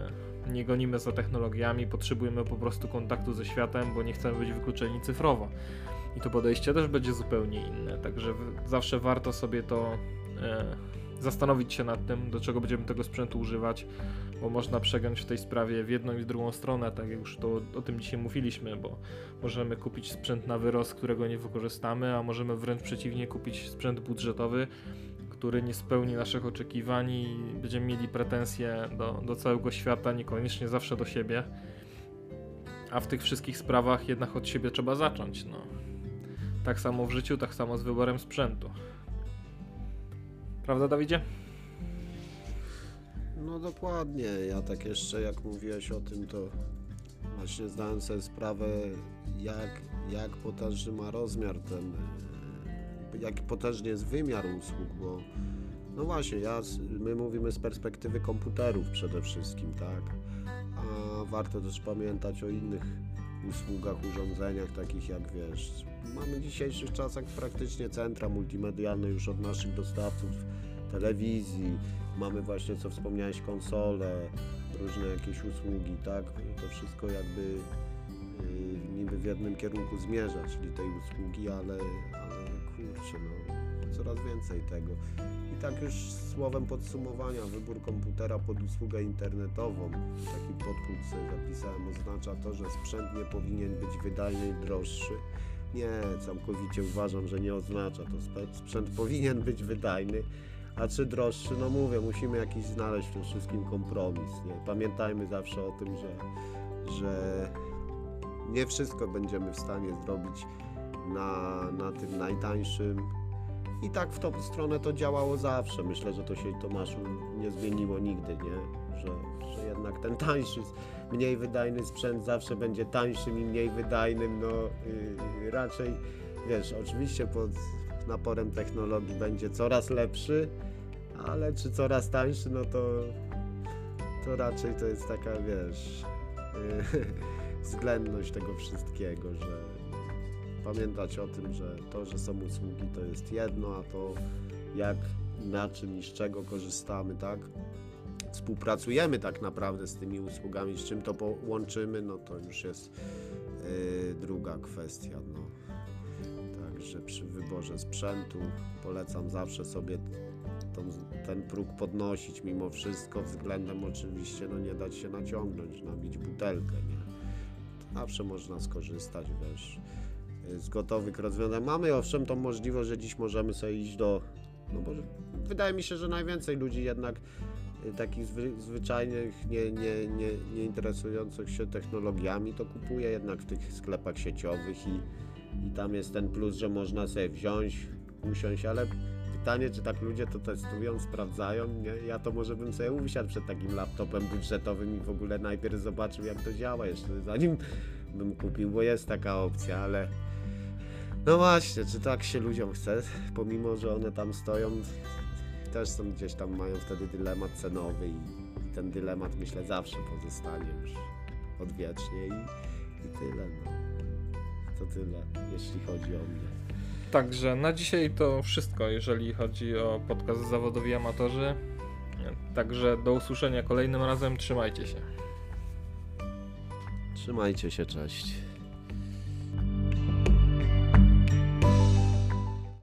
nie gonimy za technologiami, potrzebujemy po prostu kontaktu ze światem, bo nie chcemy być wykluczeni cyfrowo. I to podejście też będzie zupełnie inne, także w, zawsze warto sobie to e, zastanowić się nad tym, do czego będziemy tego sprzętu używać, bo można przegiąć w tej sprawie w jedną i w drugą stronę, tak jak już to o tym dzisiaj mówiliśmy, bo możemy kupić sprzęt na wyrost, którego nie wykorzystamy, a możemy wręcz przeciwnie kupić sprzęt budżetowy, który nie spełni naszych oczekiwań i będziemy mieli pretensje do, do całego świata, niekoniecznie zawsze do siebie, a w tych wszystkich sprawach jednak od siebie trzeba zacząć. No. Tak samo w życiu, tak samo z wyborem sprzętu. Prawda, Dawidzie? No dokładnie, ja tak jeszcze jak mówiłeś o tym, to właśnie zdałem sobie sprawę, jak, jak potężny ma rozmiar ten, jaki potężny jest wymiar usług, bo no właśnie, ja, my mówimy z perspektywy komputerów przede wszystkim, tak, a warto też pamiętać o innych usługach, urządzeniach, takich jak wiesz, mamy w dzisiejszych czasach praktycznie centra multimedialne już od naszych dostawców telewizji, mamy właśnie, co wspomniałeś, konsole, różne jakieś usługi, tak, to wszystko jakby yy, niby w jednym kierunku zmierza, czyli tej usługi, ale, ale kurczę, no, coraz więcej tego. I tak już słowem podsumowania, wybór komputera pod usługę internetową, taki podpunkt sobie zapisałem, oznacza to, że sprzęt nie powinien być wydajny i droższy. Nie, całkowicie uważam, że nie oznacza to. Sprzęt powinien być wydajny, a czy droższy? No mówię, musimy jakiś znaleźć w tym wszystkim kompromis. Nie? Pamiętajmy zawsze o tym, że, że nie wszystko będziemy w stanie zrobić na, na tym najtańszym. I tak w tą stronę to działało zawsze. Myślę, że to się, Tomaszu, nie zmieniło nigdy, nie? Że, że jednak ten tańszy, mniej wydajny sprzęt zawsze będzie tańszym i mniej wydajnym. No yy, raczej, wiesz, oczywiście pod naporem technologii będzie coraz lepszy, ale czy coraz tańszy, no to, to raczej to jest taka, wiesz, yy, względność tego wszystkiego, że pamiętać o tym, że to, że są usługi, to jest jedno, a to jak, na czym i z czego korzystamy, tak? Współpracujemy tak naprawdę z tymi usługami, z czym to połączymy, no to już jest yy, druga kwestia, no. Także przy wyborze sprzętu polecam zawsze sobie tą, ten próg podnosić mimo wszystko, względem oczywiście, no nie dać się naciągnąć, nabić butelkę, nie? Zawsze można skorzystać, wiesz, z gotowych rozwiązań. Mamy owszem tą możliwość, że dziś możemy sobie iść do, no bo wydaje mi się, że najwięcej ludzi jednak takich zwy, zwyczajnych, nie, nie, nie, nie interesujących się technologiami, to kupuje jednak w tych sklepach sieciowych i, i tam jest ten plus, że można sobie wziąć, usiąść, ale pytanie, czy tak ludzie to testują, sprawdzają, nie? Ja to może bym sobie usiadł przed takim laptopem budżetowym i w ogóle najpierw zobaczył, jak to działa jeszcze, zanim bym kupił, bo jest taka opcja, ale no właśnie, czy tak się ludziom chce, pomimo, że one tam stoją, też są gdzieś tam, mają wtedy dylemat cenowy i, i ten dylemat, myślę, zawsze pozostanie już odwiecznie i, i tyle, no. To tyle, jeśli chodzi o mnie. Także na dzisiaj to wszystko, jeżeli chodzi o podcast Zawodowi Amatorzy. Także do usłyszenia kolejnym razem, trzymajcie się. Trzymajcie się, cześć.